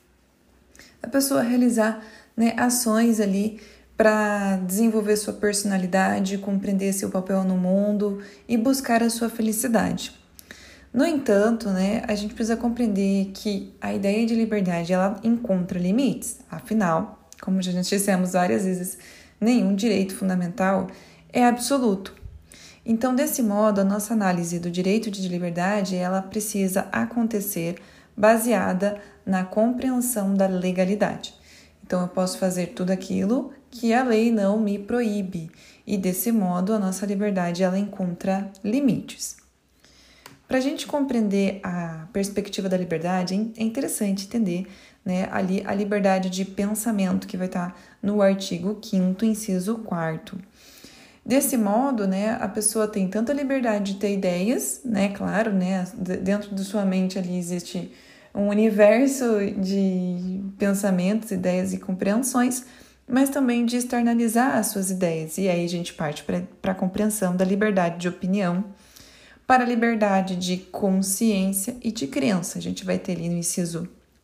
A pessoa realizar ações ali para desenvolver sua personalidade, compreender seu papel no mundo e buscar a sua felicidade. No entanto, a gente precisa compreender que a ideia de liberdade ela encontra limites. Afinal, como já dissemos várias vezes, nenhum direito fundamental é absoluto. Então, desse modo, a nossa análise do direito de liberdade ela precisa acontecer baseada na compreensão da legalidade. Então, eu posso fazer tudo aquilo que a lei não me proíbe. E, desse modo, a nossa liberdade ela encontra limites. Para a gente compreender a perspectiva da liberdade, é interessante entender ali a liberdade de pensamento que vai estar no artigo 5º, inciso 4º. Desse modo, a pessoa tem tanta liberdade de ter ideias, claro, dentro de sua mente ali existe um universo de pensamentos, ideias e compreensões, mas também de externalizar as suas ideias. E aí a gente parte para a compreensão da liberdade de opinião, para a liberdade de consciência e de crença. A gente vai ter ali no inciso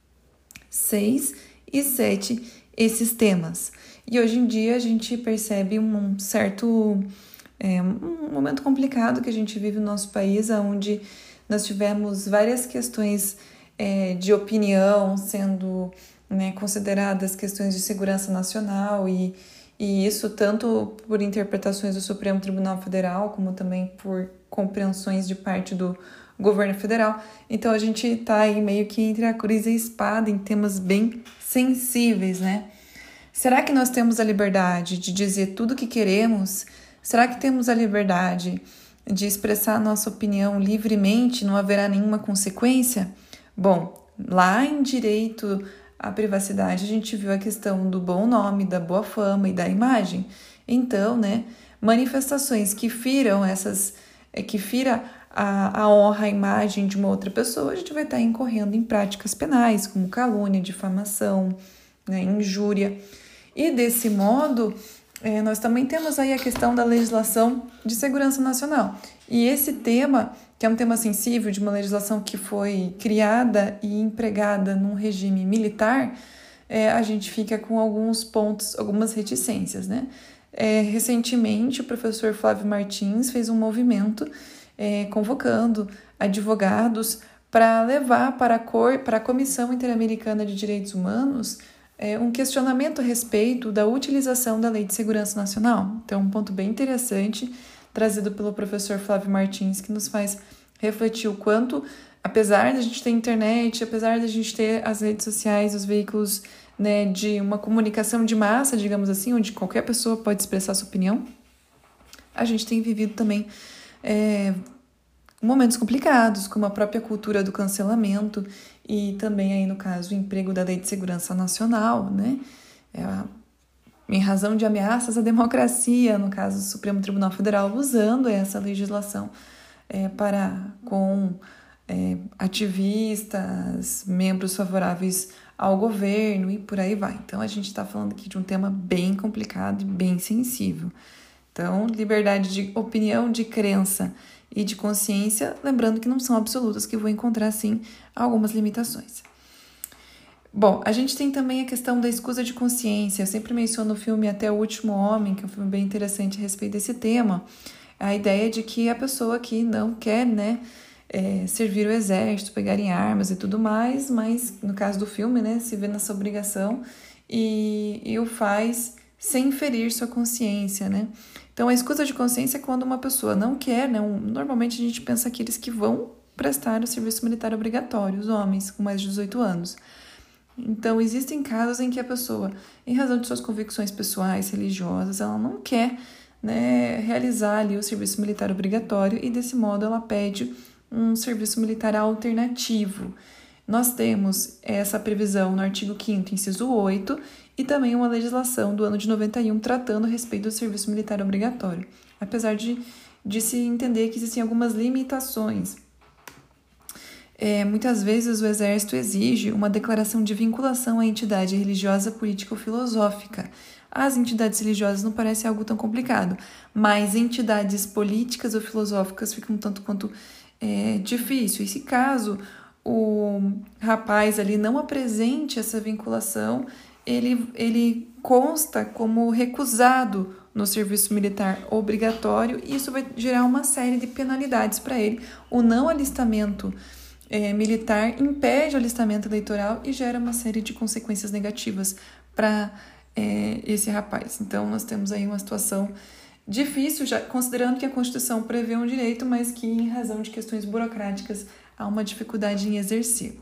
6 e 7 esses temas. E hoje em dia a gente percebe um certo um momento complicado que a gente vive no nosso país, onde nós tivemos várias questões de opinião sendo consideradas questões de segurança nacional e isso tanto por interpretações do Supremo Tribunal Federal como também por compreensões de parte do governo federal. Então a gente está aí meio que entre a cruz e a espada em temas bem sensíveis, Será que nós temos a liberdade de dizer tudo o que queremos? Será que temos a liberdade de expressar a nossa opinião livremente, não haverá nenhuma consequência? Bom, Lá em direito à privacidade, a gente viu a questão do bom nome, da boa fama e da imagem. Então, né, manifestações que firam a honra, a imagem de uma outra pessoa, a gente vai estar incorrendo em práticas penais, como calúnia, difamação, né, injúria. E desse modo, nós também temos aí a questão da legislação de segurança nacional. E esse tema, que é um tema sensível de uma legislação que foi criada e empregada num regime militar, a gente fica com alguns pontos, algumas reticências, né? Recentemente, o professor Flávio Martins fez um movimento convocando advogados para levar para a Comissão Interamericana de Direitos Humanos um questionamento a respeito da utilização da Lei de Segurança Nacional. Então, um ponto bem interessante trazido pelo professor Flávio Martins, que nos faz refletir o quanto, apesar de a gente ter internet, apesar de a gente ter as redes sociais, os veículos, né, de uma comunicação de massa, digamos assim, onde qualquer pessoa pode expressar sua opinião, a gente tem vivido também momentos complicados, como a própria cultura do cancelamento e também, aí, no caso, o emprego da Lei de Segurança Nacional, né? Em razão de ameaças à democracia, no caso do Supremo Tribunal Federal, usando essa legislação com ativistas, membros favoráveis ao governo e por aí vai. Então, a gente está falando aqui de um tema bem complicado e bem sensível. Então, liberdade de opinião, de crença e de consciência, lembrando que não são absolutas, que vão encontrar, sim, algumas limitações. Bom, a gente tem também a questão da escusa de consciência. Eu sempre menciono o filme Até o Último Homem, que é um filme bem interessante a respeito desse tema. A ideia de que a pessoa que não quer, né, servir o exército, pegar em armas e tudo mais, mas no caso do filme, né, se vê nessa obrigação e o faz sem ferir sua consciência, né? Então, a escusa de consciência é quando uma pessoa não quer, né? Normalmente a gente pensa aqueles que vão prestar o serviço militar obrigatório, os homens com mais de 18 anos. Então, existem casos em que a pessoa, em razão de suas convicções pessoais, religiosas, ela não quer, né, realizar ali o serviço militar obrigatório e, desse modo, ela pede um serviço militar alternativo. Nós temos essa previsão no artigo 5º, inciso 8, e também uma legislação do ano de 91 tratando a respeito do serviço militar obrigatório, apesar de se entender que existem algumas limitações. Muitas vezes o Exército exige uma declaração de vinculação à entidade religiosa, política ou filosófica. As entidades religiosas não parece algo tão complicado, mas entidades políticas ou filosóficas ficam um tanto quanto difícil. E se caso o rapaz ali não apresente essa vinculação, ele consta como recusado no serviço militar obrigatório e isso vai gerar uma série de penalidades para ele. O não alistamento militar impede o alistamento eleitoral e gera uma série de consequências negativas para esse rapaz. Então, nós temos aí uma situação difícil, já considerando que a Constituição prevê um direito, mas que, em razão de questões burocráticas, há uma dificuldade em exercer.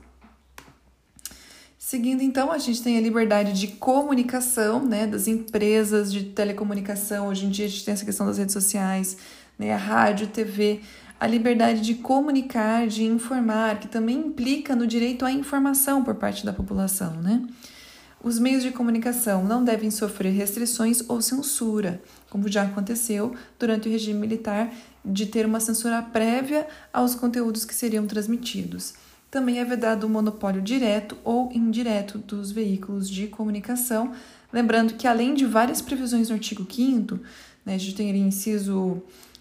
Seguindo, então, a gente tem a liberdade de comunicação, né, das empresas de telecomunicação. Hoje em dia a gente tem essa questão das redes sociais, né, a rádio, TV, a liberdade de comunicar, de informar, que também implica no direito à informação por parte da população, né? Os meios de comunicação não devem sofrer restrições ou censura, como já aconteceu durante o regime militar, de ter uma censura prévia aos conteúdos que seriam transmitidos. Também é vedado o monopólio direto ou indireto dos veículos de comunicação, lembrando que, além de várias previsões no artigo 5º, né, a gente tem ali inciso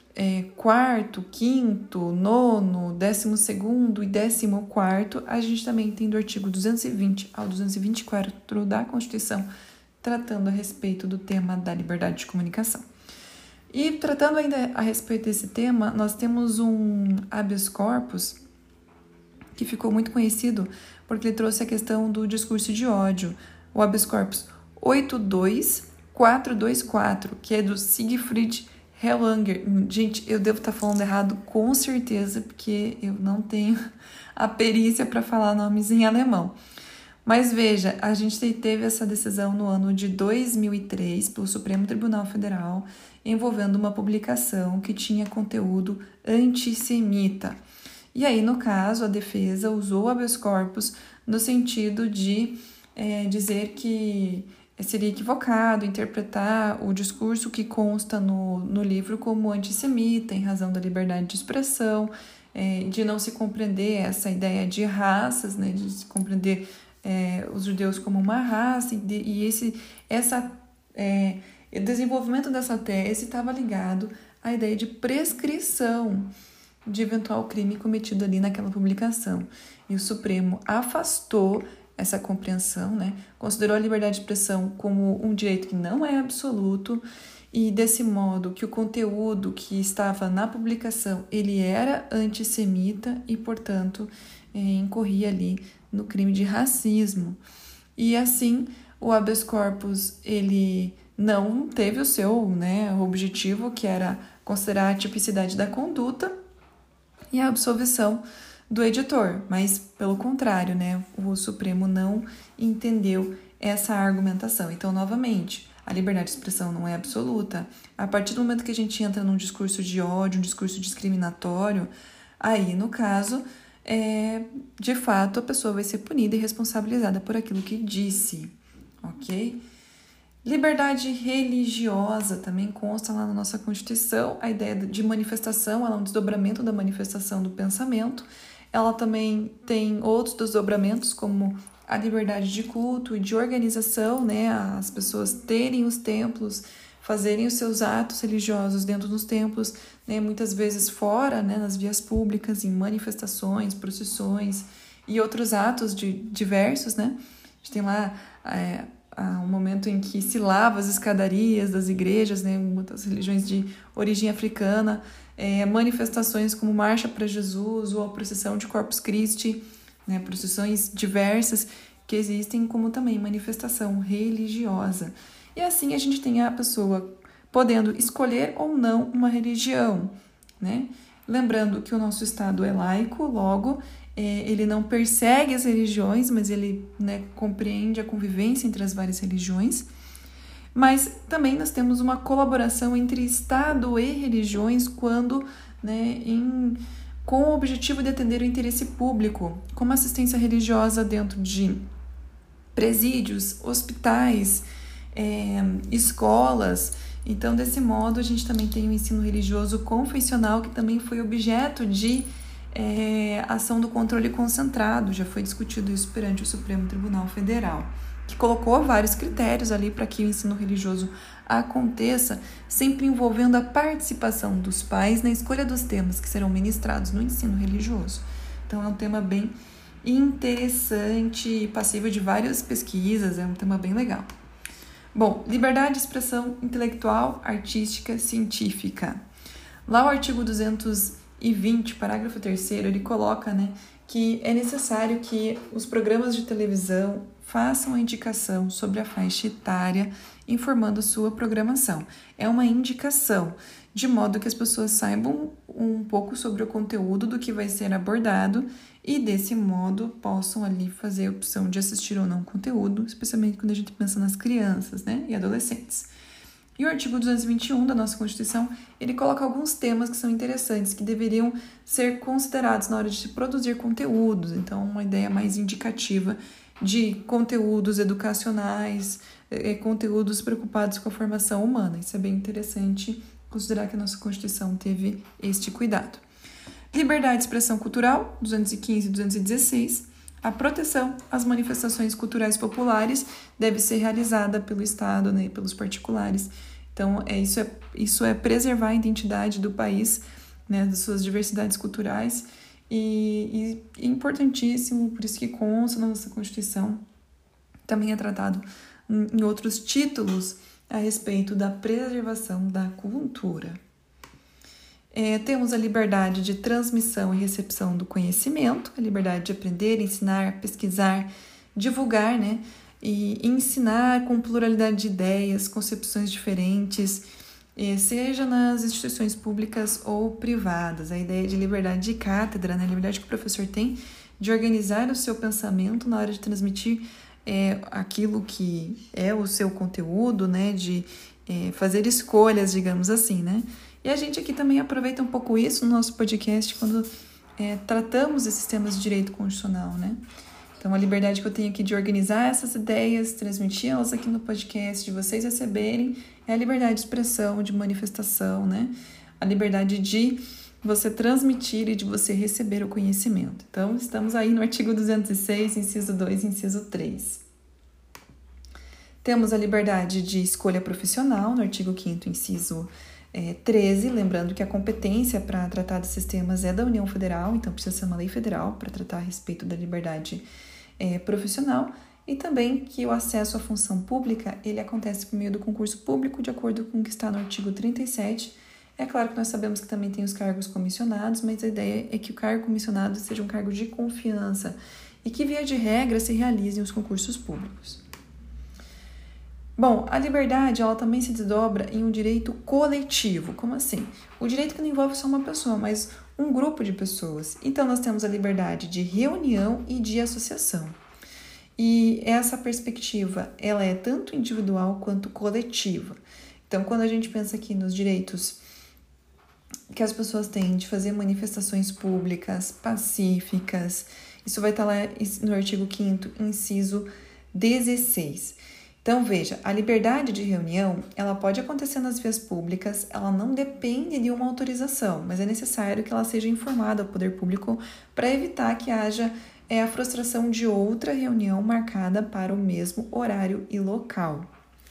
4º, 5º, 9º, 12º e 14º, a gente também tem do artigo 220 ao 224 da Constituição, tratando a respeito do tema da liberdade de comunicação. E tratando ainda a respeito desse tema, nós temos um habeas corpus que ficou muito conhecido porque ele trouxe a questão do discurso de ódio, o habeas corpus 82424, que é do Siegfried Erlanger. Gente, eu devo estar falando errado com certeza, porque eu não tenho a perícia para falar nomes em alemão. Mas veja, a gente teve essa decisão no ano de 2003 pelo Supremo Tribunal Federal, envolvendo uma publicação que tinha conteúdo antissemita. E aí, no caso, a defesa usou o habeas corpus no sentido de dizer que seria equivocado interpretar o discurso que consta no livro como antissemita, em razão da liberdade de expressão, de não se compreender essa ideia de raças, né, de se compreender os judeus como uma raça, o desenvolvimento dessa tese estava ligado à ideia de prescrição de eventual crime cometido ali naquela publicação. E o Supremo afastou essa compreensão, né? Considerou a liberdade de expressão como um direito que não é absoluto e, desse modo, que o conteúdo que estava na publicação ele era antissemita e, portanto, incorria ali no crime de racismo. E, assim, o habeas corpus ele não teve o seu objetivo, que era considerar a tipicidade da conduta e a absolvição do editor, mas, pelo contrário, o Supremo não entendeu essa argumentação. Então, novamente, a liberdade de expressão não é absoluta. A partir do momento que a gente entra num discurso de ódio, um discurso discriminatório, aí, no caso, de fato, a pessoa vai ser punida e responsabilizada por aquilo que disse, ok? Liberdade religiosa também consta lá na nossa Constituição. A ideia de manifestação, ela é um desdobramento da manifestação do pensamento. Ela também tem outros desdobramentos, como a liberdade de culto e de organização, as pessoas terem os templos, fazerem os seus atos religiosos dentro dos templos, muitas vezes fora, nas vias públicas, em manifestações, procissões e outros atos diversos, A gente tem lá um momento em que se lava as escadarias das igrejas, muitas religiões de origem africana, manifestações como Marcha para Jesus ou a procissão de Corpus Christi, procissões diversas que existem como também manifestação religiosa. E assim a gente tem a pessoa podendo escolher ou não uma religião, Lembrando que o nosso Estado é laico, logo ele não persegue as religiões, mas ele compreende a convivência entre as várias religiões. Mas também nós temos uma colaboração entre Estado e religiões quando, com o objetivo de atender o interesse público, como assistência religiosa dentro de presídios, hospitais, escolas. Então, desse modo, a gente também tem o ensino religioso confessional, que também foi objeto de ação do controle concentrado. Já foi discutido isso perante o Supremo Tribunal Federal, que colocou vários critérios ali para que o ensino religioso aconteça, sempre envolvendo a participação dos pais na escolha dos temas que serão ministrados no ensino religioso. Então, é um tema bem interessante, passível de várias pesquisas, é um tema bem legal. Bom, liberdade de expressão intelectual, artística, científica. Lá o artigo 220, parágrafo 3º, ele coloca, que é necessário que os programas de televisão façam a indicação sobre a faixa etária, informando a sua programação. É uma indicação, de modo que as pessoas saibam um pouco sobre o conteúdo do que vai ser abordado e, desse modo, possam ali fazer a opção de assistir ou não o conteúdo, especialmente quando a gente pensa nas crianças, e adolescentes. E o artigo 221 da nossa Constituição, ele coloca alguns temas que são interessantes, que deveriam ser considerados na hora de se produzir conteúdos. Então, uma ideia mais indicativa de conteúdos educacionais, conteúdos preocupados com a formação humana. Isso é bem interessante considerar que a nossa Constituição teve este cuidado. Liberdade de expressão cultural, 215 e 216. A proteção às manifestações culturais populares deve ser realizada pelo Estado, e pelos particulares. Então, isso é preservar a identidade do país, das suas diversidades culturais. E é importantíssimo, por isso que consta na nossa Constituição, também é tratado em outros títulos a respeito da preservação da cultura. Temos a liberdade de transmissão e recepção do conhecimento, a liberdade de aprender, ensinar, pesquisar, divulgar, e ensinar com pluralidade de ideias, concepções diferentes, seja nas instituições públicas ou privadas. A ideia de liberdade de cátedra, a liberdade que o professor tem de organizar o seu pensamento na hora de transmitir aquilo que é o seu conteúdo, de fazer escolhas, digamos assim, E a gente aqui também aproveita um pouco isso no nosso podcast quando tratamos esses temas de direito constitucional, Então, a liberdade que eu tenho aqui de organizar essas ideias, transmiti-las aqui no podcast, de vocês receberem, é a liberdade de expressão, de manifestação, né? A liberdade de você transmitir e de você receber o conhecimento. Então, estamos aí no artigo 206, inciso 2, inciso 3. Temos a liberdade de escolha profissional, no artigo 5º, inciso 13, lembrando que a competência para tratar desses temas é da União Federal, então precisa ser uma lei federal para tratar a respeito da liberdade profissional, e também que o acesso à função pública, ele acontece por meio do concurso público, de acordo com o que está no artigo 37. É claro que nós sabemos que também tem os cargos comissionados, mas a ideia é que o cargo comissionado seja um cargo de confiança e que, via de regra, se realizem os concursos públicos. Bom, a liberdade, ela também se desdobra em um direito coletivo. Como assim? O direito que não envolve só uma pessoa, mas um grupo de pessoas. Então, nós temos a liberdade de reunião e de associação. E essa perspectiva, ela é tanto individual quanto coletiva. Então, quando a gente pensa aqui nos direitos que as pessoas têm de fazer manifestações públicas, pacíficas, isso vai estar lá no artigo 5º, inciso 16. Então, veja, a liberdade de reunião, ela pode acontecer nas vias públicas, ela não depende de uma autorização, mas é necessário que ela seja informada ao poder público para evitar que haja a frustração de outra reunião marcada para o mesmo horário e local.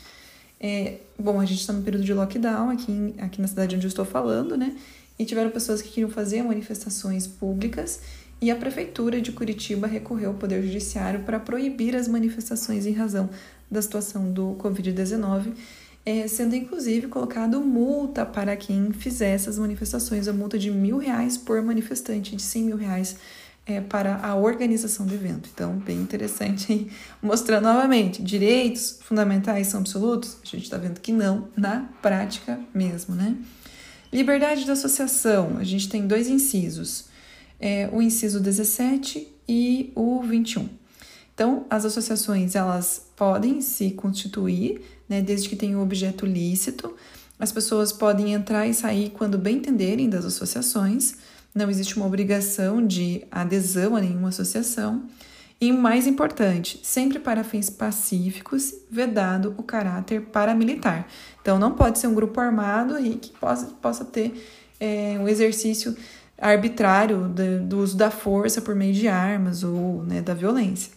Bom, a gente está no período de lockdown aqui na cidade onde eu estou falando, né? E tiveram pessoas que queriam fazer manifestações públicas e a Prefeitura de Curitiba recorreu ao Poder Judiciário para proibir as manifestações em razão da situação do Covid-19, sendo inclusive colocado multa para quem fizer essas manifestações, a multa de R$1.000 por manifestante, de R$100.000 para a organização do evento. Então, bem interessante aí, mostrando novamente, direitos fundamentais são absolutos? A gente está vendo que não, na prática mesmo, né? Liberdade de associação, a gente tem 2 incisos, o inciso 17 e o 21. Então, as associações, elas podem se constituir, né, desde que tenham objeto lícito. As pessoas podem entrar e sair quando bem entenderem das associações. Não existe uma obrigação de adesão a nenhuma associação. E o mais importante, sempre para fins pacíficos, vedado o caráter paramilitar. Então, não pode ser um grupo armado aí que possa ter um exercício arbitrário do uso da força por meio de armas ou, né, da violência.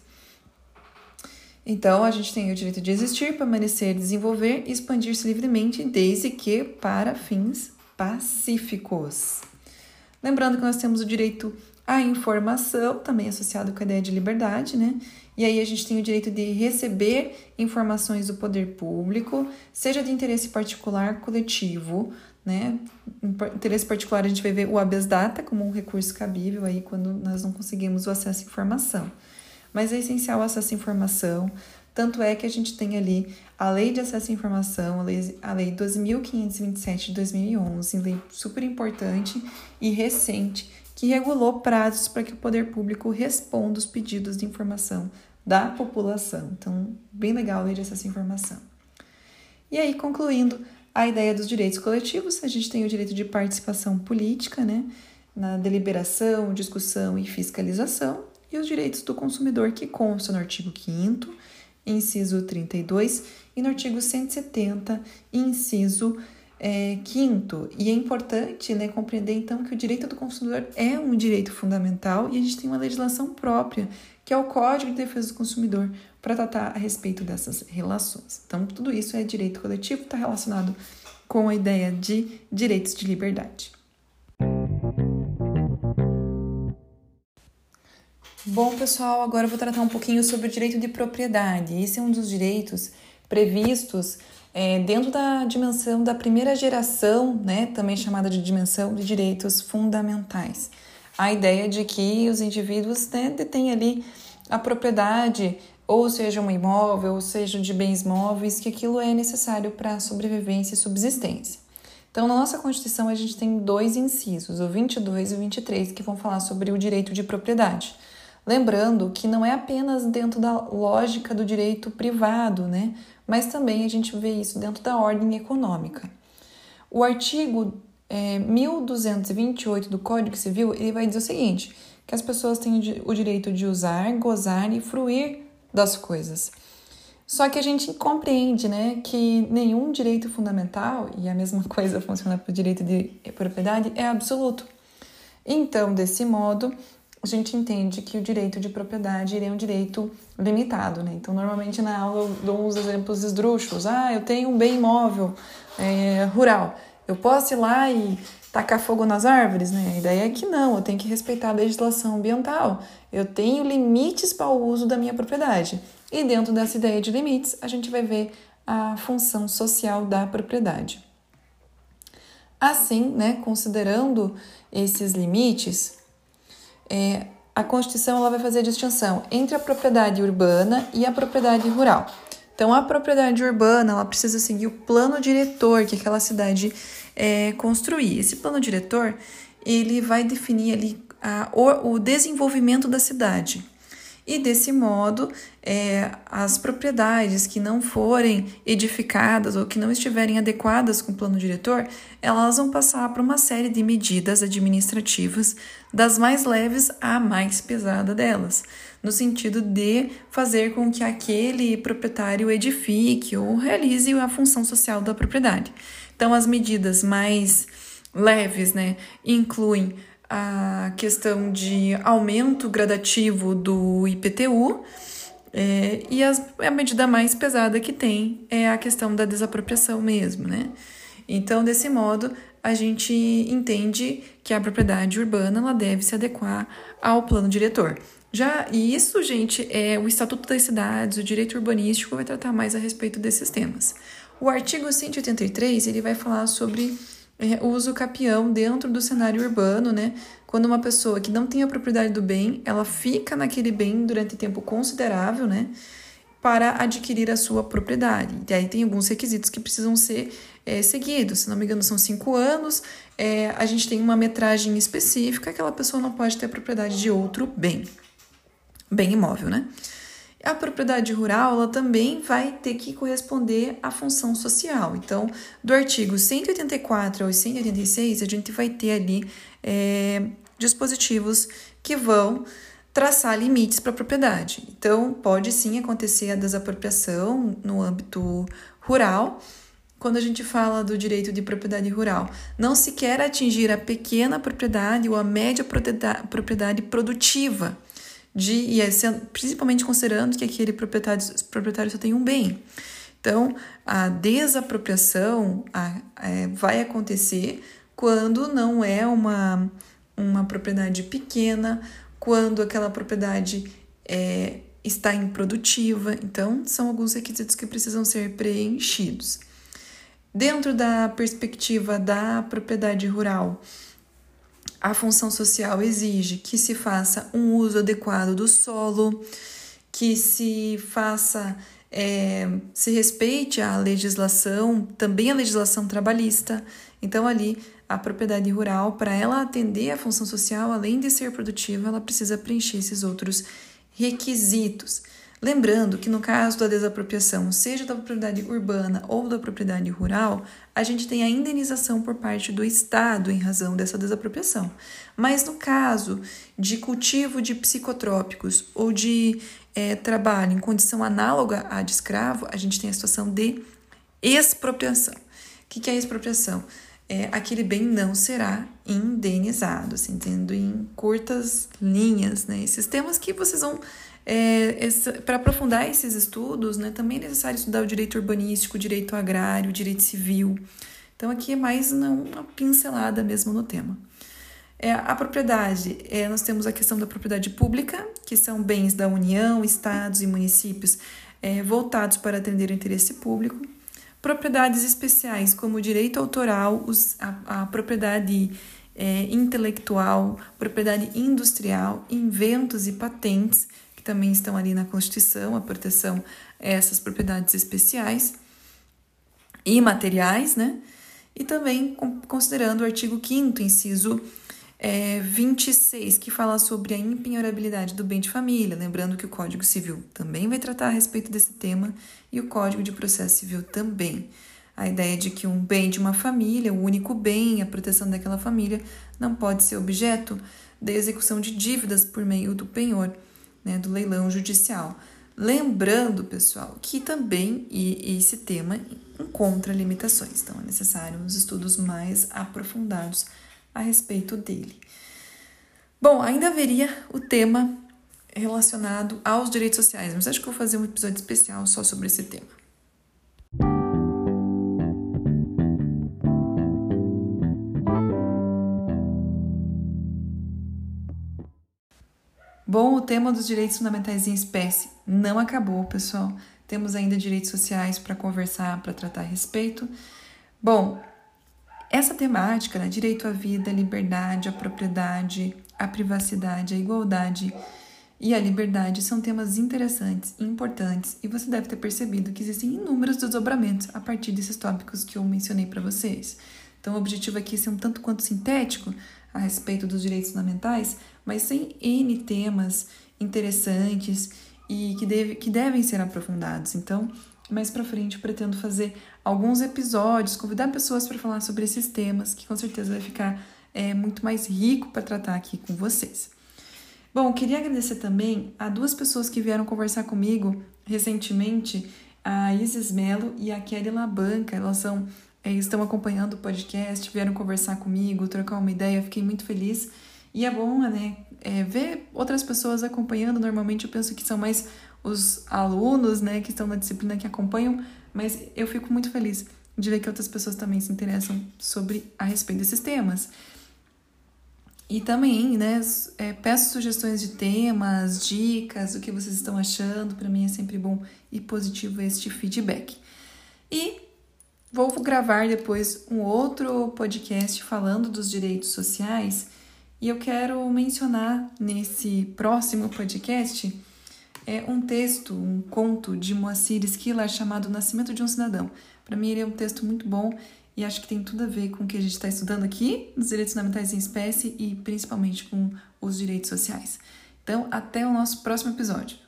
Então, a gente tem o direito de existir, permanecer, desenvolver e expandir-se livremente, desde que para fins pacíficos. Lembrando que nós temos o direito à informação, também associado com a ideia de liberdade, né? E aí a gente tem o direito de receber informações do poder público, seja de interesse particular, coletivo, né? Interesse particular, a gente vai ver o habeas data como um recurso cabível aí quando nós não conseguimos o acesso à informação. Mas é essencial o acesso à informação, tanto é que a gente tem ali a Lei de Acesso à Informação, a Lei 12.527 de 2011, lei super importante e recente, que regulou prazos para que o poder público responda os pedidos de informação da população. Então, bem legal a Lei de Acesso à Informação. E aí, concluindo a ideia dos direitos coletivos, a gente tem o direito de participação política, né, na deliberação, discussão e fiscalização, e os direitos do consumidor que constam no artigo 5º, inciso 32, e no artigo 170, inciso 5º. E é importante, né, compreender, então, que o direito do consumidor é um direito fundamental e a gente tem uma legislação própria, que é o Código de Defesa do Consumidor, para tratar a respeito dessas relações. Então, tudo isso é direito coletivo, está relacionado com a ideia de direitos de liberdade. Bom, pessoal, agora eu vou tratar um pouquinho sobre o direito de propriedade. Esse é um dos direitos previstos dentro da dimensão da primeira geração, né, também chamada de dimensão de direitos fundamentais. A ideia de que os indivíduos, né, detêm ali a propriedade, ou seja, um imóvel, ou seja, de bens móveis, que aquilo é necessário para a sobrevivência e subsistência. Então, na nossa Constituição, a gente tem 2 incisos, o 22 e o 23, que vão falar sobre o direito de propriedade. Lembrando que não é apenas dentro da lógica do direito privado, né? Mas também a gente vê isso dentro da ordem econômica. O artigo 1228 do Código Civil, ele vai dizer o seguinte, que as pessoas têm o direito de usar, gozar e fruir das coisas. Só que a gente compreende, né, que nenhum direito fundamental, e a mesma coisa funciona para o direito de propriedade, é absoluto. Então, desse modo, a gente entende que o direito de propriedade é um direito limitado, né? Então, normalmente na aula eu dou uns exemplos esdrúxulos. Eu tenho um bem imóvel rural. Eu posso ir lá e tacar fogo nas árvores, né? A ideia é que não, eu tenho que respeitar a legislação ambiental. Eu tenho limites para o uso da minha propriedade. E dentro dessa ideia de limites, a gente vai ver a função social da propriedade. Assim, né, considerando esses limites, a Constituição ela vai fazer a distinção entre a propriedade urbana e a propriedade rural. Então, a propriedade urbana ela precisa seguir o plano diretor que aquela cidade construir. Esse plano diretor ele vai definir ali o desenvolvimento da cidade. E desse modo, as propriedades que não forem edificadas ou que não estiverem adequadas com o plano diretor, elas vão passar por uma série de medidas administrativas, das mais leves à mais pesada delas, no sentido de fazer com que aquele proprietário edifique ou realize a função social da propriedade. Então, as medidas mais leves, né, incluem a questão de aumento gradativo do IPTU e a medida mais pesada que tem é a questão da desapropriação mesmo, né? Então, desse modo, a gente entende que a propriedade urbana ela deve se adequar ao plano diretor. E isso, gente, o Estatuto das Cidades, o direito urbanístico vai tratar mais a respeito desses temas. O artigo 183, ele vai falar sobre o uso capião dentro do cenário urbano, né? Quando uma pessoa que não tem a propriedade do bem, ela fica naquele bem durante tempo considerável, né? Para adquirir a sua propriedade. E aí tem alguns requisitos que precisam ser seguidos. Se não me engano, são 5 anos. A gente tem uma metragem específica, aquela pessoa não pode ter a propriedade de outro bem imóvel, né? A propriedade rural ela também vai ter que corresponder à função social. Então, do artigo 184 ao 186, a gente vai ter ali dispositivos que vão traçar limites para a propriedade. Então, pode sim acontecer a desapropriação no âmbito rural. Quando a gente fala do direito de propriedade rural, não se quer atingir a pequena propriedade ou a média propriedade produtiva, principalmente considerando que aquele proprietário só tem um bem. Então, a desapropriação vai acontecer quando não é uma propriedade pequena, quando aquela propriedade está improdutiva. Então, são alguns requisitos que precisam ser preenchidos. Dentro da perspectiva da propriedade rural, a função social exige que se faça um uso adequado do solo, que se respeite a legislação, também a legislação trabalhista. Então, ali, a propriedade rural, para ela atender a função social, além de ser produtiva, ela precisa preencher esses outros requisitos. Lembrando que no caso da desapropriação, seja da propriedade urbana ou da propriedade rural, a gente tem a indenização por parte do Estado em razão dessa desapropriação. Mas no caso de cultivo de psicotrópicos ou de trabalho em condição análoga à de escravo, a gente tem a situação de expropriação. O que é expropriação? Aquele bem não será indenizado, assim, entendendo em curtas linhas, né? Esses temas que vocês vão... para aprofundar esses estudos, né, também é necessário estudar o direito urbanístico, o direito agrário, o direito civil. Então, aqui é mais uma pincelada mesmo no tema. A propriedade, nós temos a questão da propriedade pública, que são bens da União, estados e municípios voltados para atender o interesse público. Propriedades especiais, como o direito autoral, a propriedade intelectual, propriedade industrial, inventos e patentes, que também estão ali na Constituição, a proteção a essas propriedades especiais e materiais, né? E também considerando o artigo 5º, inciso 26, que fala sobre a impenhorabilidade do bem de família, lembrando que o Código Civil também vai tratar a respeito desse tema e o Código de Processo Civil também. A ideia de que um bem de uma família, o único bem, a proteção daquela família, não pode ser objeto da execução de dívidas por meio do penhor, né, do leilão judicial. Lembrando, pessoal, que também esse tema encontra limitações, então é necessário uns estudos mais aprofundados a respeito dele. Bom, ainda haveria o tema relacionado aos direitos sociais, mas acho que eu vou fazer um episódio especial só sobre esse tema. Bom, o tema dos direitos fundamentais em espécie não acabou, pessoal. Temos ainda direitos sociais para conversar, para tratar a respeito. Bom, essa temática, né, direito à vida, à liberdade, à propriedade, à privacidade, à igualdade e à liberdade são temas interessantes e importantes e você deve ter percebido que existem inúmeros desdobramentos a partir desses tópicos que eu mencionei para vocês. Então, o objetivo aqui é ser um tanto quanto sintético a respeito dos direitos fundamentais, mas tem N temas interessantes e que devem ser aprofundados. Então, mais para frente, eu pretendo fazer alguns episódios, convidar pessoas para falar sobre esses temas, que com certeza vai ficar muito mais rico para tratar aqui com vocês. Bom, eu queria agradecer também a 2 pessoas que vieram conversar comigo recentemente, a Isis Mello e a Kelly Labanca. Elas estão acompanhando o podcast, vieram conversar comigo, trocar uma ideia, fiquei muito feliz. E é bom, né, ver outras pessoas acompanhando. Normalmente eu penso que são mais os alunos, né, que estão na disciplina que acompanham, mas eu fico muito feliz de ver que outras pessoas também se interessam a respeito desses temas. E também, né, peço sugestões de temas, dicas, o que vocês estão achando. Para mim é sempre bom e positivo este feedback. E vou gravar depois um outro podcast falando dos direitos sociais e eu quero mencionar nesse próximo podcast um texto, um conto de Moacir Skillar chamado Nascimento de um Cidadão. Para mim ele é um texto muito bom e acho que tem tudo a ver com o que a gente está estudando aqui, nos direitos fundamentais em espécie e principalmente com os direitos sociais. Então, até o nosso próximo episódio.